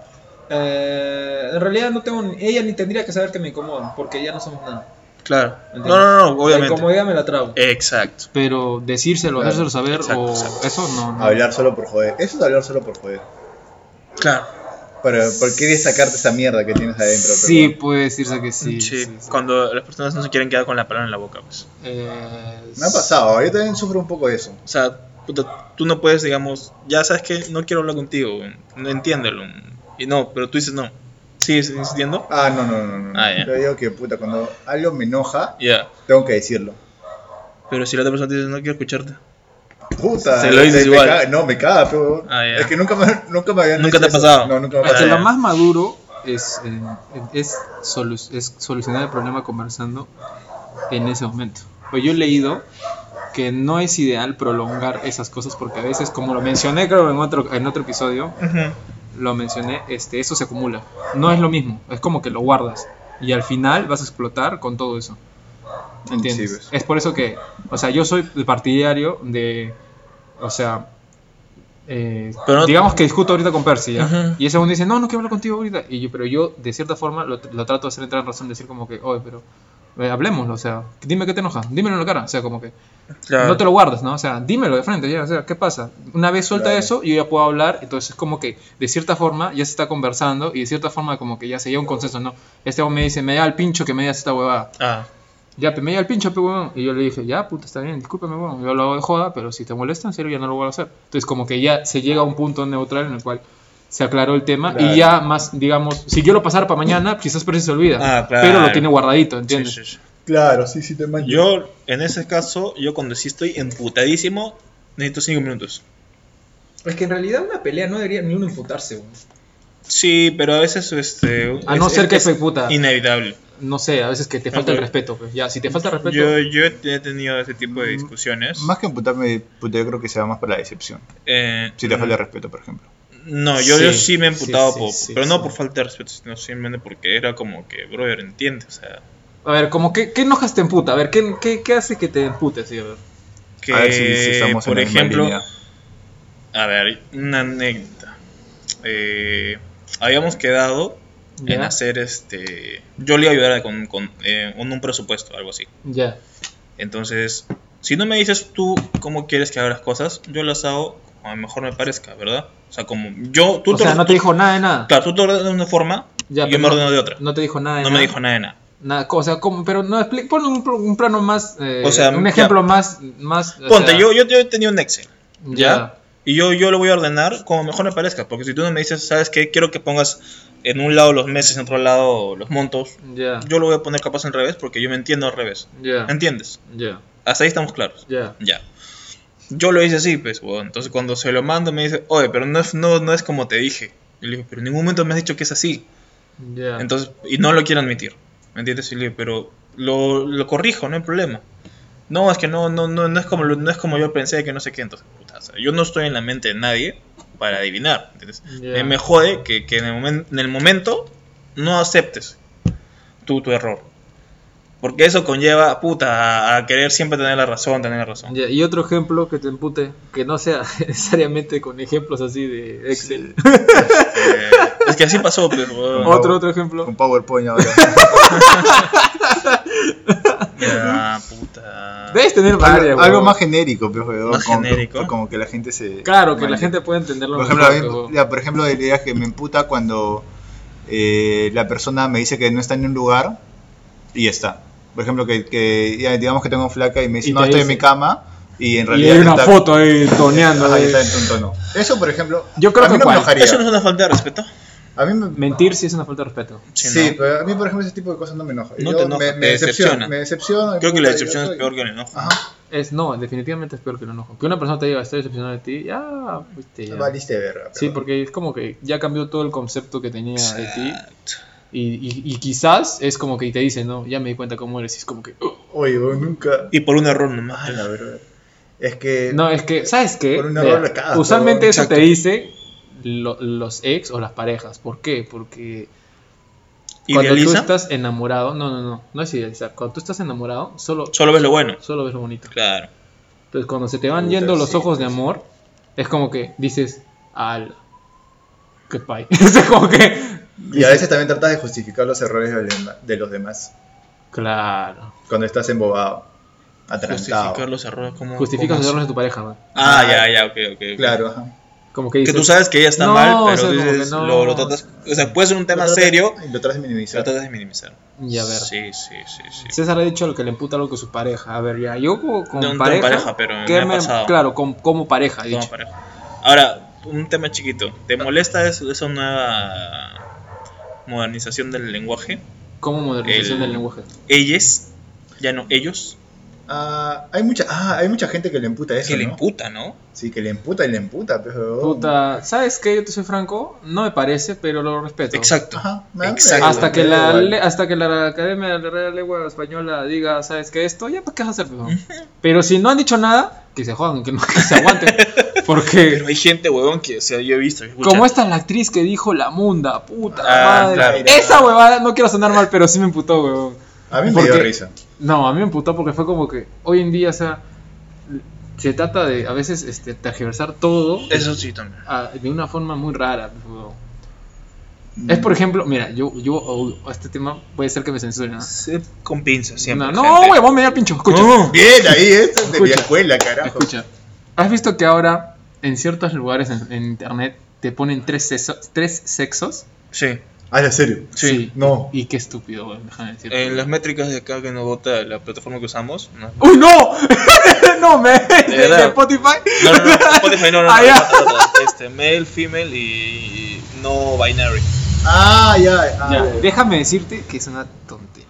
En realidad no tengo, ella ni tendría que saber que me incomoda, porque ya no somos nada. Claro. ¿Entiendes? No, obviamente. La incomodidad me la trago. Exacto. Pero decírselo, Claro, hacérselo saber exacto, o exacto. eso no. Hablar solo por joder. Eso es hablar solo por joder. Claro. por querer sacarte esa mierda que tienes adentro. Sí, pero puede decirse que sí. Sí, sí, sí. cuando las personas no se quieren quedar con la palabra en la boca, pues. me ha pasado, yo también sufro un poco de eso. O sea, puta, tú no puedes, digamos, ya sabes que no quiero hablar contigo, no entiéndelo. Y no, pero tú dices no. ¿Sigues insistiendo? No. Ah, ya. Yo digo que, puta, cuando algo me enoja, Ya. tengo que decirlo. Pero si la otra persona te dice no quiero escucharte. Puta, Se lo dices me igual. caga- no, me caga, pero Ah, ya. es que nunca me habían ¿Nunca hecho te ha eso. pasado? No, nunca me ha Es que pasado. lo más maduro es solucionar el problema conversando en ese momento. Pues yo he leído que no es ideal prolongar esas cosas porque a veces, como lo mencioné creo en otro episodio, lo mencioné, eso se acumula. No es lo mismo, es como que lo guardas y al final vas a explotar con todo eso. ¿Entiendes? Sí, pues. Es por eso que, o sea, yo soy partidario de, o sea, Pero no- digamos que discuto ahorita con Percy, ¿ya? Ujú. Y ese segundo dice, no quiero hablar contigo ahorita. Pero yo, de cierta forma, lo trato de hacer entrar en razón, decir como que, oye, pero hablemoslo, o sea, dime qué te enoja, dímelo en la cara, o sea, como que Claro. no te lo guardes, ¿no? O sea, dímelo de frente, ya, o sea, ¿qué pasa? Una vez suelta Claro. eso, yo ya puedo hablar, entonces es como que, de cierta forma, ya se está conversando y de cierta forma como que ya se llega a un consenso, ¿no? Este hombre me dice, me da el pincho que me digas esta huevada. Ah, Ya, me llega el pincho, pe huevón. Y yo le dije, ya, puta, está bien, discúlpame, huevón. Yo lo hago de joda, pero si te molesta, en serio, ya no lo voy a hacer. Entonces, como que ya se llega a un punto neutral en el cual se aclaró el tema. Claro. Y ya más, digamos, si yo lo pasara para mañana, quizás Percy se olvida. Ah, claro. Pero lo tiene guardadito, sí, ¿entiendes? sí. Claro, sí, te mancho. Yo, en ese caso, yo cuando sí estoy emputadísimo, necesito 5 minutos. Es que en realidad una pelea no debería ni uno imputarse, huevón. Sí, pero a veces A no ser que se puta. inevitable. No sé, a veces que te falta el Ok. respeto, pues. Ya, si te falta el respeto. Yo he tenido ese tipo de discusiones. Más que emputarme, puta, yo creo que se va más por la decepción. Si te falta el respeto, por ejemplo. No, yo Sí, sí me he emputado, sí, poco, sí, pero sí. no por falta de respeto, sino simplemente porque era como que, brother, entiende, o sea, A ver, como que, ¿qué enojas te emputa? A ver, ¿qué hace que te emputes? Sí, a ver. que, A ver si estamos por en la misma ejemplo, línea. a ver, una anécdota. Habíamos quedado en Ya. hacer yo le iba a ayudar con un presupuesto, algo así. Ya. Entonces, si no me dices tú cómo quieres que haga las cosas, yo las hago como mejor me parezca, ¿verdad? O sea, como tú O sea, no te dijo nada de nada. Claro, tú te ordenas de una forma Ya, y yo pero me ordeno de otra. No te dijo nada de No nada. me dijo nada de nada. Nada, o sea, pero no pon un plano más, O sea, un ya. ejemplo más o Ponte, sea, yo tenía un Excel, ¿ya? ya. Y yo lo voy a ordenar como mejor me parezca. Porque si tú no me dices, ¿sabes qué? Quiero que pongas en un lado los meses, en otro lado los montos. Ya. Yo lo voy a poner capaz al revés porque yo me entiendo al revés. Ya. ¿Entiendes? Ya. Hasta ahí estamos claros. Ya. Ya. Yo lo hice así, pues, bueno. Entonces cuando se lo mando me dice, oye, pero no es como te dije. Y le digo, pero en ningún momento me has dicho que es así. Ya. Entonces, y no lo quiero admitir. ¿Me entiendes? Y le digo, pero lo corrijo, no hay problema. No, es que no es como yo pensé que no sé qué. Entonces, puta, o sea, yo no estoy en la mente de nadie para adivinar. ¿Entiendes? Ya. Me jode que en el momento no aceptes tu error. Porque eso conlleva, puta, a querer siempre tener la razón, Ya, y otro ejemplo que te empute, que no sea necesariamente con ejemplos así de Excel. Es que así pasó, pero... Otro ejemplo. Con PowerPoint ahora. Ya, puta... Debes tener varias, algo huevón. más genérico, pero Más genérico. como que la gente se... Claro, que la manche. gente pueda entenderlo Por ejemplo, mejor, a mí, huevón. ya, por ejemplo, ideas que me emputa cuando la persona me dice que no está en un lugar y ya está. Por ejemplo, que ya, digamos que tengo flaca y me dice, Y no, te estoy en dice- mi cama y en Y realidad hay una está- foto ahí toneando. Ajá, y ahí. está en un tono. Eso, por ejemplo, Yo creo a mí que no me cual- enojaría. ¿Eso no es una falta de respeto? A mí me... Mentir sí es una falta de respeto. Sí, ¿no? pero a mí, por ejemplo, ese tipo de cosas no me enoja. No Yo te enoja, me te decepciona. Me decepciona. Creo que puta, la yo decepción es soy- peor que el enojo. Ajá. No, definitivamente es peor que el enojo. Que una persona te diga, estoy decepcionado de ti, ya, viste, ya. Valiste verga. Sí, pero- porque es como que ya cambió todo el concepto que tenía de ti. Exacto. Y quizás es como que te dice, no, ya me di cuenta cómo eres. Y es como que. Oye, vos nunca... Y por un error nomás. La verdad. Es que... No, es que, ¿sabes qué? Por un error le cagas, usualmente huevón. eso te Exacto. dice los ex o las parejas. ¿Por qué? Porque cuando tú ¿Idealiza? estás enamorado, no es idealizar. Cuando tú estás enamorado, solo Solo ves lo bueno. ves lo bonito. Claro. Entonces, cuando se te van Puta, yendo los sí, ojos de pues. amor, es como que dices, al qué pay. Es como que. Y a veces también tratas de justificar los errores de los demás. Claro. Cuando estás embobado, atrancado. Justificar los errores como... Justificas como los errores eso. de tu pareja, ¿no? Ah, ya, ok. Claro, ajá. Como que Que dices, tú sabes que ella está no, mal, o pero sea, como dices, que no. lo tratas. O sea, puede ser un tema serio, Y lo tratas de pero minimizar. tratas de minimizar. Y a ver. Sí. César ha dicho lo que le imputa algo que su pareja. A ver, ya, yo con No tengo pareja, pareja, pero ¿qué me ha pasado. Claro, como pareja, he Como dicho. pareja. Ahora, un tema chiquito. ¿Te molesta esa nueva modernización del lenguaje? ¿Cómo modernización del lenguaje? Ellos, ya no ellos, Hay mucha gente que le emputa eso, que le ¿no? imputa, ¿no? Sí, que le emputa y le emputa, pero... Puta, ¿sabes qué? Yo te soy franco, no me parece, pero lo respeto. Exacto. Ajá, Exacto. Hasta que me da igual. hasta que la Academia de la Real Lengua Española diga, ¿sabes qué? Esto, ya, ¿para qué vas a hacer? Pero si no han dicho nada, que se jodan, que se aguanten. Porque, Pero hay gente, huevón, que, o sea, yo he visto. Escucha, como esta es la actriz que dijo la munda, puta Ah, madre. claro. Esa huevada, no quiero sonar mal, pero sí me emputó, huevón. A mí me dio risa. No, a mí me emputó porque fue como que hoy en día, o sea, se trata de a veces tergiversar todo Eso sí también. de una forma muy rara. Es por ejemplo, mira, yo este tema puede ser que me censuren, ¿no? Sí, con pinzas siempre. No, gente. huevón, me da el pincho, escucha. No. Bien, ahí, esto es de mi Escucha. escuela, carajo. Escucha. ¿Has visto que ahora en ciertos lugares en internet te ponen tres sexos? Sí. Ah, ¿en serio? Sí. No. Y qué estúpido, güey, déjame decirte. En las métricas de acá que nos vota la plataforma que usamos. No, ¡Uy, no! No, ¿de verdad. Spotify? no, Spotify no. Ah, ya. Male, female y no binary. Ah, ya. Ya, déjame decirte que es una tontera.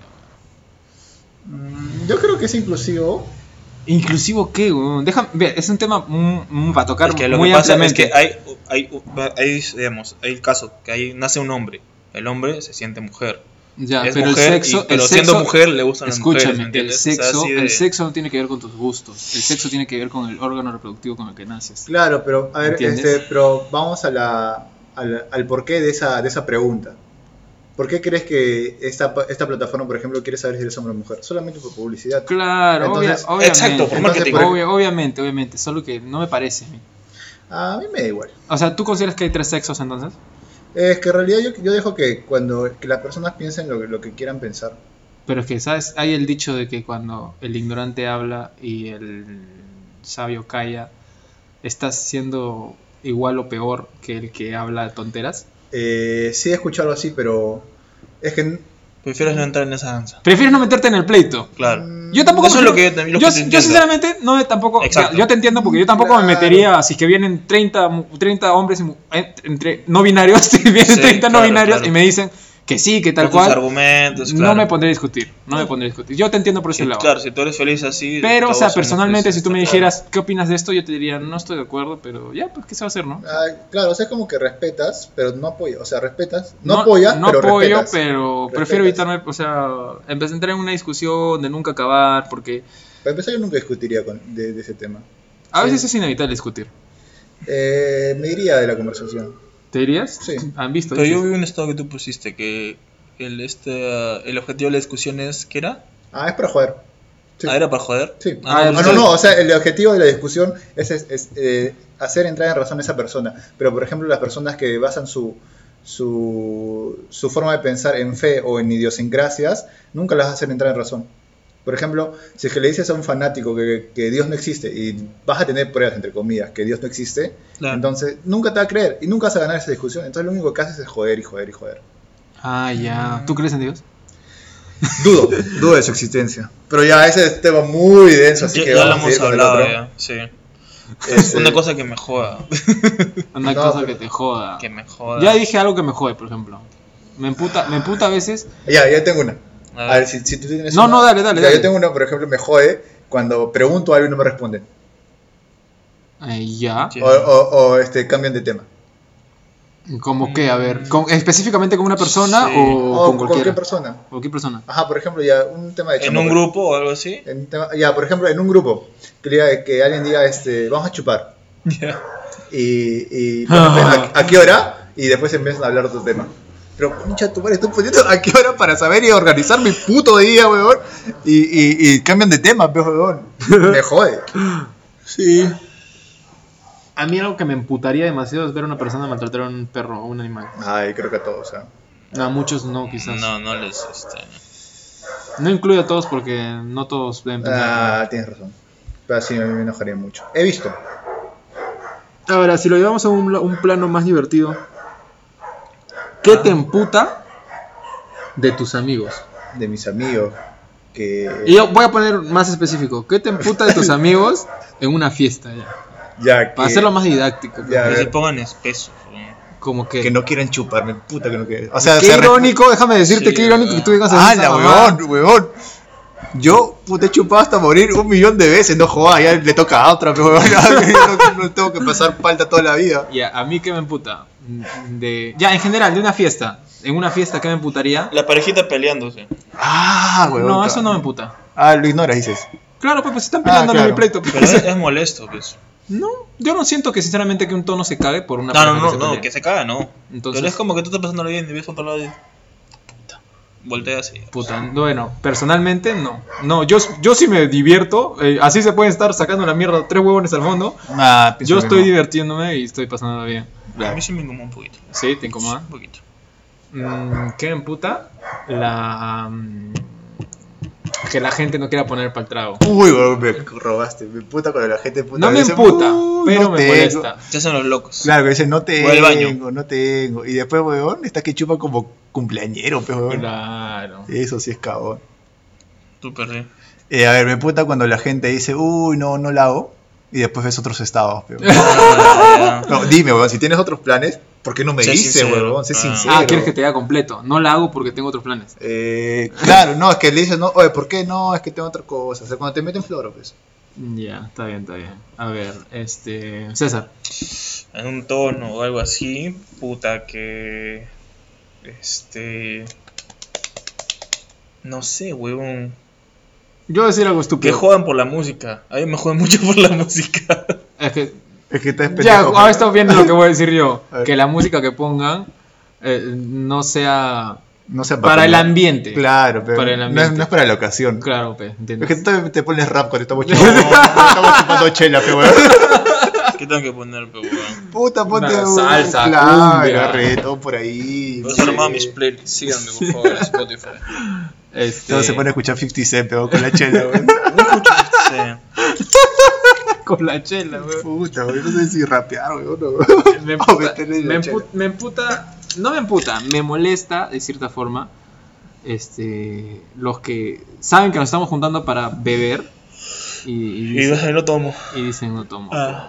Yo creo que es inclusivo. ¿Inclusivo qué, güey? Déjame, ve, es un tema para tocar Es que lo muy que pasa es ampliamente. que hay el caso que ahí nace un hombre. El hombre se siente mujer. Ya, Es pero mujer, el sexo, pero el siendo sexo, mujer le gustan las mujeres, ¿me escúchame, el entiendes? O sea, sexo, así de- el sexo no tiene que ver con tus gustos. El sexo tiene que ver con el órgano reproductivo con el que naces. Claro, pero a ver, ¿Entiendes? pero vamos al porqué de esa pregunta. ¿Por qué crees que esta plataforma, por ejemplo, quiere saber si eres hombre o mujer? Solamente por publicidad. Claro, Entonces, obviamente. exacto, por marketing. Obviamente, solo que no me parece a mí. A mí me da igual. O sea, ¿tú consideras que hay tres sexos entonces? Es que en realidad yo dejo que que las personas piensen lo que quieran pensar. Pero es que, ¿sabes? Hay el dicho de que cuando el ignorante habla y el sabio calla, estás siendo igual o peor que el que habla tonteras. Sí he escuchado algo así, pero es que... Prefieres no entrar en esa danza. Prefieres no meterte en el pleito. Claro. Yo tampoco. Eso es lo que yo te yo entiendo. sinceramente no tampoco. Exacto. Yo te entiendo porque yo tampoco me Claro. metería. Si es que vienen 30 hombres entre no binarios, si vienen Sí, 30 no claro, binarios claro. y me dicen que sí, que tal Con tus cual. argumentos, No claro. me pondré a discutir. No me pondré a discutir. Yo te entiendo por ese Sí, lado. claro, si tú eres feliz así. Pero, o todos sea, somos personalmente, felices, si tú me está dijeras, ¿qué opinas de esto? Yo te diría, no estoy de acuerdo, pero ya, pues, ¿qué se va a hacer, no? Claro, o sea, es como que respetas, pero no apoyas. O sea, respetas, no apoyas, no pero apoyo, respetas. pero prefiero Respetas. evitarme, o sea, empezar a entrar en una discusión de nunca acabar, porque Para empezar, yo nunca discutiría de ese tema. a Sí. veces es inevitable discutir. Me iría de la conversación. ¿Te dirías? Sí. ¿Han visto? Pero yo Dices, vi un estado que tú pusiste que el objetivo de la discusión es. ¿Qué era? Ah, es para joder. Sí. Ah, era para joder. Sí. Ah, No, o sea, el objetivo de la discusión es hacer entrar en razón a esa persona. Pero, por ejemplo, las personas que basan su forma de pensar en fe o en idiosincrasias, nunca las hacen entrar en razón. Por ejemplo, si es que le dices a un fanático que Dios no existe y vas a tener pruebas, entre comillas, que Dios no existe, Claro. entonces nunca te va a creer y nunca vas a ganar esa discusión. Entonces lo único que haces es joder y joder y joder. Ah, ya. ¿Tú crees en Dios? Dudo de su existencia. Pero ya ese es tema muy denso, así que Ya lo vamos a hemos ir con el hablado otro. ya. Sí. Este, Una cosa que me joda. Una No, cosa pero- que te joda. Que me joda. Ya dije algo que me jode, por ejemplo. Me emputa a veces. Ya tengo una. A A ver, ver. si tú tienes No, una. no, dale. Ya, yo tengo una, por ejemplo, me jode cuando pregunto algo y no me responden. Ya. Sí. O cambian de tema. ¿Cómo qué? A ver. ¿Específicamente con una persona Sí. o con cualquier cualquiera? persona. Cualquier persona. Ajá, por ejemplo, ya un tema de En chamba, un por- grupo o algo así. Ya, por ejemplo, en un grupo, que alguien diga, vamos a chupar. Ya. Y ¿a qué hora? Y después empiezan a hablar de otro tema. Pero, concha, tu madre, estoy poniendo a qué hora para saber y organizar mi puto día, weón. Y cambian de tema, weón. Me jode. Sí. A mí algo que me emputaría demasiado es ver a una persona maltratar a un perro o un animal. Ay, creo que a todos, ¿eh? No, a muchos no, quizás. No les. No incluye a todos porque no todos deben pensar. Tienes razón. Pero sí, a mí me enojaría mucho. He visto. Ahora, si lo llevamos a un plano más divertido, ¿qué te emputa de tus amigos? De mis amigos. Y yo voy a poner más específico. ¿Qué te emputa de tus amigos en una fiesta? Ya, Para hacerlo más didáctico. Ya, a Que se ver. pongan espesos. ¿no? Como que... Que no quieran chuparme, puta que no quieren. O sea, qué irónico, déjame decirte, Sí, qué irónico que tú digas ¡Ah, esa la mamada. huevón! Yo, puta, he chupado hasta morir 1.000.000 de veces, no jodas, ya le toca a otra, pero no tengo que pasar falta toda la vida. Ya, a mí qué me emputa. Ya, en general, de una fiesta. En una fiesta, ¿qué me emputaría? La parejita peleándose. Ah, huevón. No, eso no me emputa. Ah, lo ignoras, dices. Claro, pues están peleando en claro. mi pleito. Pero es molesto, pues. No, yo no siento que sinceramente que un tono se cague por una No, pareja no, se pelee. que se caga, no. Entonces- Pero es como que tú estás pasando bien y ves a otro lado y... Puta. Volteas y... Puta, bueno, personalmente no. No, yo sí me divierto. Así se pueden estar sacando la mierda 3 huevones al fondo. Ah, pienso Yo lo estoy mismo. divirtiéndome y estoy pasando bien. A mí sí me incomoda un poquito. ¿Sí? ¿Te incomoda? Un poquito. ¿Qué me emputa? Que la gente no quiera poner para el trago. Uy, huevón, me robaste. Me puta cuando la gente puta No me dice, emputa, pero no me tengo". molesta. Se hacen los locos. Claro, que dice, no Voy al baño. tengo, no tengo. Y después, huevón, está que chupa como cumpleañero, pues, huevón. Claro. Eso sí es cabón. Tú perdí. A ver, me puta cuando la gente dice, uy, no la hago. Y después ves otros estados, pero... No, dime, huevón, si tienes otros planes, ¿por qué no me Sé dices, sincero. huevón? Sé Ah. sincero. ¿Quieres que te diga completo? No la hago porque tengo otros planes. Claro, no, es que le dices, no, oye, ¿por qué no? Es que tengo otra cosa. O sea, cuando te meten floro, pues. Ya, está bien, está bien. A ver, César. En un tono o algo así, puta que... No sé, huevón. Yo voy a decir algo Que estúpido. jodan por la música. A mí me joden mucho por la música. Es que Es que estás ya, pendejo. ahora estás viendo lo que voy a decir yo. A ver. Que la música que pongan no sea No sea para el ambiente. Claro, pero Para el no, ambiente. no es para la ocasión. Claro, pues, Es ¿entiendes? que tú también te pones rap cuando estamos chupando, estamos chupando chela, pero weón. ¿Qué tengo que poner, pe, huevón? Puta, ponte Una un salsa, claro, cumbia. reggaetón por ahí. Por no eso sé. armaba mis playlists. Síganme, por favor, en Spotify. Todo se pone a escuchar 50 Cent, pero con la chela, weón. No escucho con la chela, güey. Puta, weón, no sé si rapear, weón. No. Me O emputa, meterle la chela. no me emputa, me molesta de cierta forma los que saben que nos estamos juntando para beber y Y lo tomo. dicen no tomo. Ah.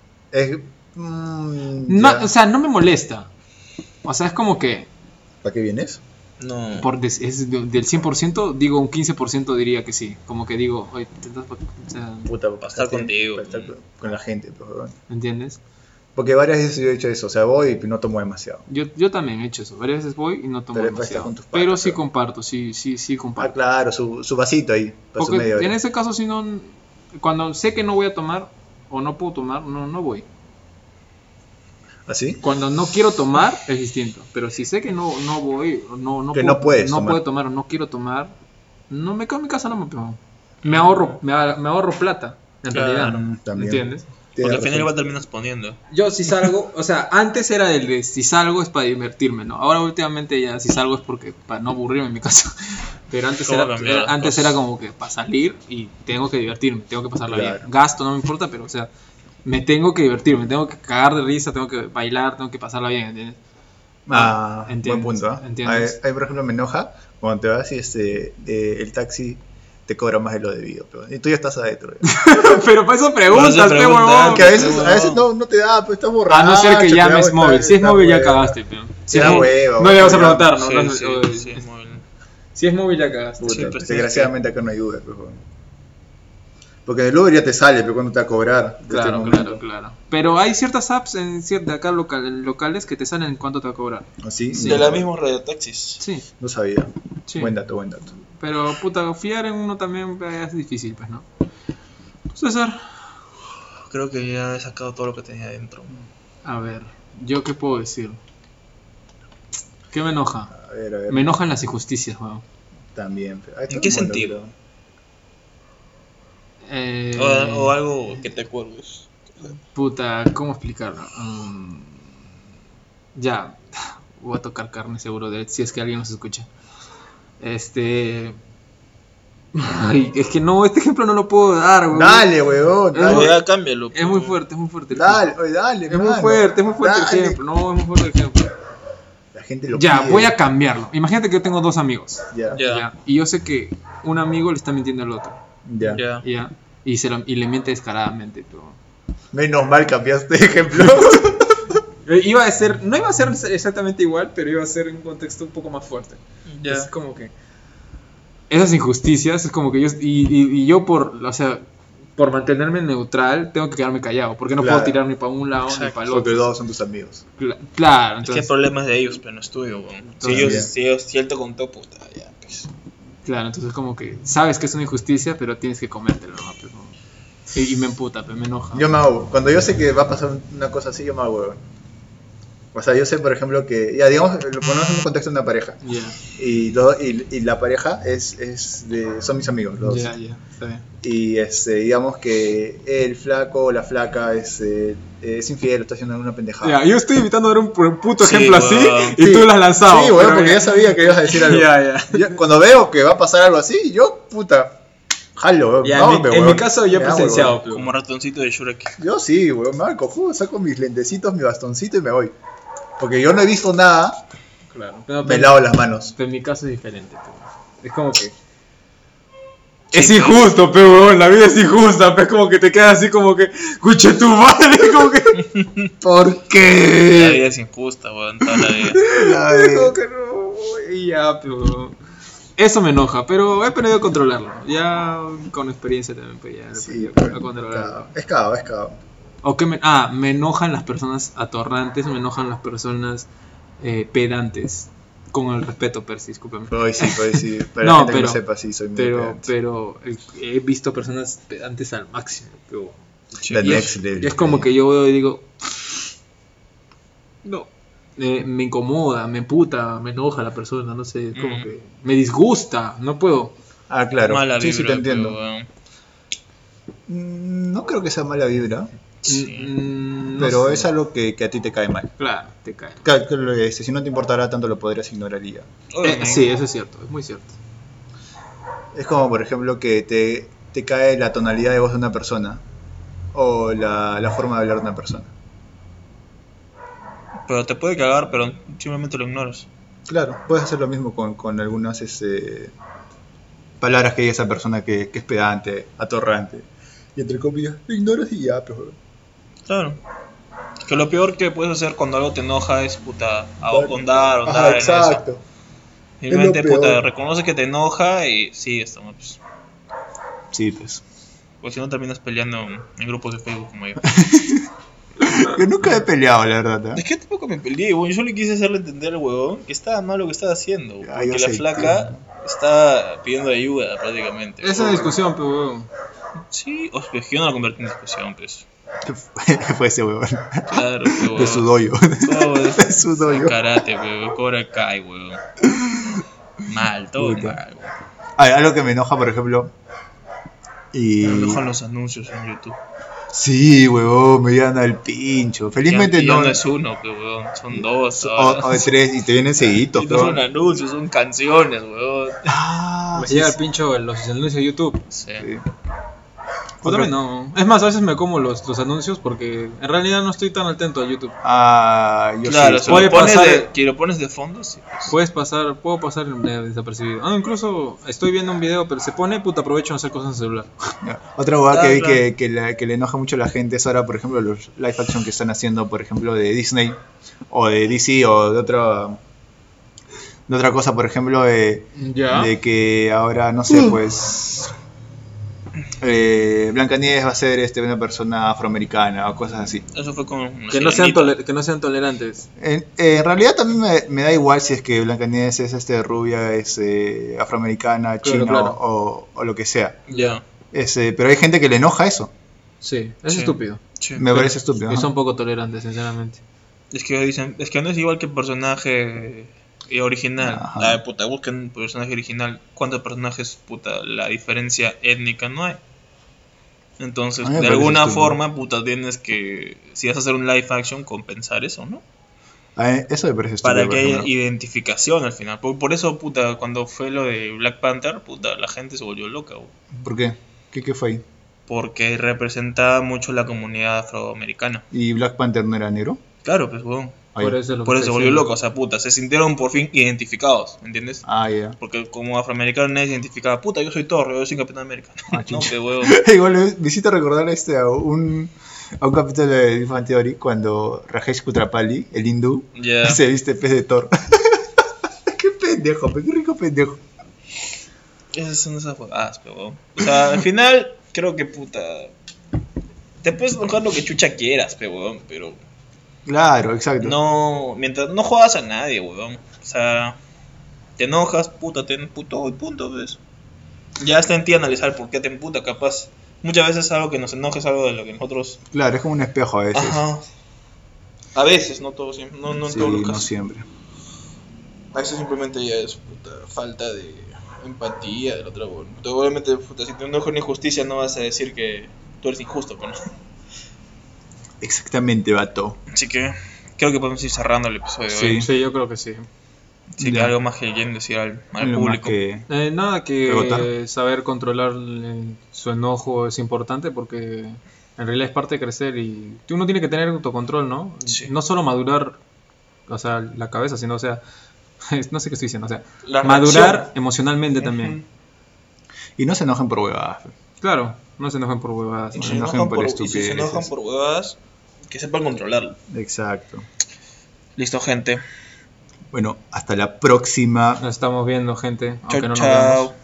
No, Ya. o sea, no me molesta. O sea, es como que ¿Para qué vienes? No. del 100% digo un 15% diría que sí. Como que digo, oye, o sea, Puta, Para estar contigo. Para estar con la gente, pues, weón. ¿me entiendes? Porque varias veces yo he hecho eso, o sea, voy y no tomo demasiado. Yo también he hecho eso. Varias veces voy y no tomo Pero después estás demasiado. con tus Pero patas, sí pero- comparto, sí comparto. Ah, claro, su vasito ahí, para su Porque media hora. en ese caso, si no, cuando sé que no voy a tomar o no puedo tomar, no voy. ¿Así? Cuando no quiero tomar es distinto, pero si sé que no voy, no Que puedo, no puedes tomar. puedo tomar o no quiero tomar, no me quedo en mi casa, no me pego. Me ahorro plata, en Claro, realidad, también. ¿entiendes? Porque al Tienes final razón. igual terminas poniendo. Yo si salgo, o sea, antes era el de si salgo es para divertirme, ¿no? Ahora últimamente ya si salgo es porque para no aburrirme en mi casa. Pero antes ¿Cómo era, cambiar las antes cosas? era como que para salir y tengo que divertirme, tengo que pasarla Claro. bien. Gasto, no me importa, pero o sea, me tengo que divertir, me tengo que cagar de risa, tengo que bailar, tengo que pasarla bien, ¿entiendes? Ah, Entiendes, buen punto. entiendes. Ahí, por ejemplo, me enoja cuando te vas y el taxi te cobra más de lo debido. Pero, y tú ya estás adentro. ya. Pero para eso preguntas, Para eso pe, preguntas, huevón. Que a veces no te da, pues estás borracho. A no ser que te da llames vuelta, móvil. Si es está móvil ya hueva. cagaste, pe. Si Te es da móvil, hueva, no le vas a hueva. preguntar, ¿no? Sí, No, sí, es móvil. Si es móvil ya cagaste. Puta, Sí, pues, desgraciadamente acá no hay Uber, pues, weón. Porque en el Uber ya te sale, pero cuando te va a cobrar. de Claro, este claro, momento. claro. Pero hay ciertas apps de acá locales que te salen cuánto te va a cobrar. ¿Así? Sí. De la misma radiotaxis. Sí, No sabía. sí. Buen dato, buen dato. Pero puta, fiar en uno también es difícil, pues, ¿no? César, Creo que ya he sacado todo lo que tenía adentro. a ver, ¿yo qué puedo decir? ¿Qué me enoja? A ver. Me enojan las injusticias, weón. También. pero- ¿En qué sentido? O algo que te acuerdes. Puta, ¿cómo explicarlo? Ya, voy a tocar carne seguro si es que alguien nos escucha. Ay, es que no, este ejemplo no lo puedo dar, weón. Dale, weón. Es Oye, muy- ya cámbialo. Es muy fuerte, es muy fuerte. el Dale, oye, dale, ejemplo. Es muy fuerte Dale. el ejemplo. No, es muy fuerte el ejemplo. La gente lo Ya, pide. voy a cambiarlo. Imagínate que yo tengo 2 amigos. Ya, Ya. Y yo sé que un amigo le está mintiendo al otro. ya. Ya. Ya. Y le miente descaradamente, pero. Menos mal cambiaste de ejemplo. Iba a ser, no iba a ser exactamente igual, pero iba a ser en un contexto un poco más fuerte. Ya. Es como que esas injusticias, es como que yo y yo o sea, por mantenerme neutral, tengo que quedarme callado, porque no Claro. puedo tirar ni para un lado ni Exacto. para el Porque otro. todos son tus amigos. Claro, Es que entonces, el problema es de ellos, pero no es tuyo, weón. Entonces, Si él te contó, puta, ya, pues. claro, entonces como que sabes que es una injusticia, pero tienes que comértelo, ¿no? Pero, y me emputa, me enoja. Yo me hago. Cuando yo sé que va a pasar una cosa así, yo me hago, weón. O sea, yo sé, por ejemplo, que. Ya, digamos, lo ponemos en un contexto de una pareja. Ya, Y la pareja son mis amigos, los dos. ya, está bien. Y digamos que el flaco o la flaca es infiel, está haciendo una pendejada. Ya, yo estoy evitando dar un puto Sí, ejemplo así weón. y Sí. tú lo has lanzado. Sí, weón, pero porque ya. ya sabía que ibas a decir algo. Ya. Cuando veo que va a pasar algo así, yo, puta, jalo, weón. Ya, No, en, pero, en mi weón, caso yo he me hago, presenciado, weón. pero- Como ratoncito de Shrek. Yo sí, weón, me hago el cojudo, saco mis lentecitos, mi bastoncito y me voy. Porque yo no he visto nada, Claro, pero, me lavo las manos. pero en mi caso es diferente. Pero es como que. Sí, Es injusto, pero weón, la vida es injusta, pero es como que te quedas así como que, escuche tu madre, como que. ¿Por La qué? vida es injusta, weón, toda la vida. Es como que no, y ya, pero. Eso me enoja, pero he aprendido a controlarlo. Ya con experiencia también, pues ya he Sí, aprendido a controlarlo. es cagado. O que me enojan las personas atorrantes, me enojan las personas pedantes. Con el respeto, Percy, discúlpame. Hoy sí, pero No, la gente que pero- no sepa, sí, soy muy pedante. Pero he visto personas pedantes al máximo. Pero, The y next es, level. y es como que yo veo y digo, no, me incomoda, me puta, me enoja la persona, no sé, es como que me disgusta, no puedo. Ah, claro. Mala Sí, sí, vibra, te entiendo. pero, weón. No creo que sea mala vibra, Sí. No pero sé. es algo que a ti te cae mal. Claro, te cae. Claro, si no te importara tanto, lo podrías ignorar y ya. Obviamente. Sí, eso es cierto, es muy cierto. Es como, por ejemplo, que te cae la tonalidad de voz de una persona o la forma de hablar de una persona. Pero te puede cagar, pero simplemente lo ignoras. Claro, puedes hacer lo mismo con algunas palabras que diga esa persona que es pedante, atorrante. Y entre comillas, lo ignoras y ya, pero... Claro. Que lo peor que puedes hacer cuando algo te enoja es, puta, Ajá, ahondar en eso. exacto. Simplemente, Es lo puta, peor. reconoce que te enoja y sí, estamos, pues. Sí, pues. Pues si no terminas peleando en grupos de Facebook como yo. Yo nunca he peleado, la verdad. Es que tampoco me peleé, weón. Yo le quise hacerle entender al huevón que estaba mal lo que estaba haciendo. Ah, yo Porque la sé flaca está pidiendo ayuda prácticamente. Es una discusión, pero Sí, o sea, yo no la convertí en discusión, pues. Fue ese huevón. Claro, pero. De su doyo. Todo es De su doyo. karate, weón. Cobra Kai, weón. Mal, todo Puta. mal, weón. Algo que me enoja, por ejemplo. Y. Me enojan los anuncios en YouTube. Sí, huevón, me llegan al pincho. Felizmente Y ya no. no es uno, pero, weón. Son dos. O de tres, y te vienen seguiditos, Y no son pero. anuncios, son canciones, weón. Ah, me sí, llega sí. el pincho en los anuncios de YouTube. Sí. Sí. Yo también no. Es más, a veces me como los anuncios porque en realidad no estoy tan atento a YouTube. Ah, yo Claro, sí. si Puede lo pones pasar- si lo pones de fondo, sí. Pues. Puedo pasar desapercibido. Ah, incluso estoy viendo un video, pero se pone, puta, aprovecho en hacer cosas en el celular. Ya. Otra hueá que vi Claro. que le enoja mucho a la gente es ahora, por ejemplo, los live action que están haciendo, por ejemplo, de Disney o de DC o de otra cosa, por ejemplo, de que ahora, no sé, pues Blancanieves va a ser una persona afroamericana o cosas así. Eso fue con. Que no sean tolerantes. En realidad también me da igual si es que Blancanieves es rubia, es afroamericana, Claro, china claro. O lo que sea. Ya. Pero hay gente que le enoja eso. Sí, es Sí. estúpido. Sí. Me parece estúpido. Y ¿no? son poco tolerantes, sinceramente. Es que dicen, es que no es igual que el personaje original. Ajá. Ah, puta, busquen un personaje original. ¿Cuántos personajes, puta, la diferencia étnica no hay? Entonces, A mí me de parece alguna estúpido. forma, puta, tienes que, si vas a hacer un live action, compensar eso, ¿no? Eso me parece estúpido. para por que haya ejemplo. identificación al final. Por eso, puta, cuando fue lo de Black Panther, puta, la gente se volvió loca, weón. ¿Por qué? ¿Qué fue ahí? Porque representaba mucho la comunidad afroamericana. ¿Y Black Panther no era negro? Claro, pues, weón. Ah, Por ya. eso es lo Por que eso se estoy volvió diciendo. loca, o sea, puta, se sintieron por fin identificados, ¿me entiendes? Ah, ya. Porque como afroamericano nadie se identificaba, puta, yo soy Thor, yo soy Capitán América. Ah, No, chucha. que huevo. Igual me hiciste recordar a un capítulo de Big Bang Theory cuando Rajesh Kutrapali, el hindú, Ya. se viste pez de Thor. Qué pendejo, qué rico pendejo. Esas son esas huevadas, pero huevón. O sea, al final, creo que puta. Te puedes enojar lo que chucha quieras, huevón, pero Claro, exacto. no. Mientras no juegas a nadie, huevón. O sea, te enojas, puta, te emputó y punto, pues. Ya está en ti analizar por qué te emputa, capaz. Muchas veces algo que nos enoja es algo de lo que nosotros. Claro, es como un espejo a veces. Ajá. A veces, no todo siempre. No en Sí, todos los no casos. siempre. A veces simplemente ya es puta falta de empatía del otro, huevón. Obviamente, puta, si te enojas con injusticia no vas a decir que tú eres injusto, pero no. Exactamente, vato. Así que creo que podemos ir cerrando el episodio de Sí. hoy. Sí, yo creo que sí. Así que Ya. algo más que quieren decir al Lo más público. que... Nada que ¿Rebotar? saber controlar su enojo es importante porque en realidad es parte de crecer y uno tiene que tener autocontrol, ¿no? Sí. No solo madurar, o sea, la cabeza, sino, o sea, no sé qué estoy diciendo, o sea, La madurar reacción. emocionalmente también. Y no se enojen por huevadas. Claro, no se enojen por huevadas. Y No si se se enojen enojan por por, y si se estupideces. enojan por huevadas, que sepan controlarlo. Exacto. Listo, gente. Bueno, hasta la próxima. Nos estamos viendo, gente, Chao, aunque no nos chao. vemos.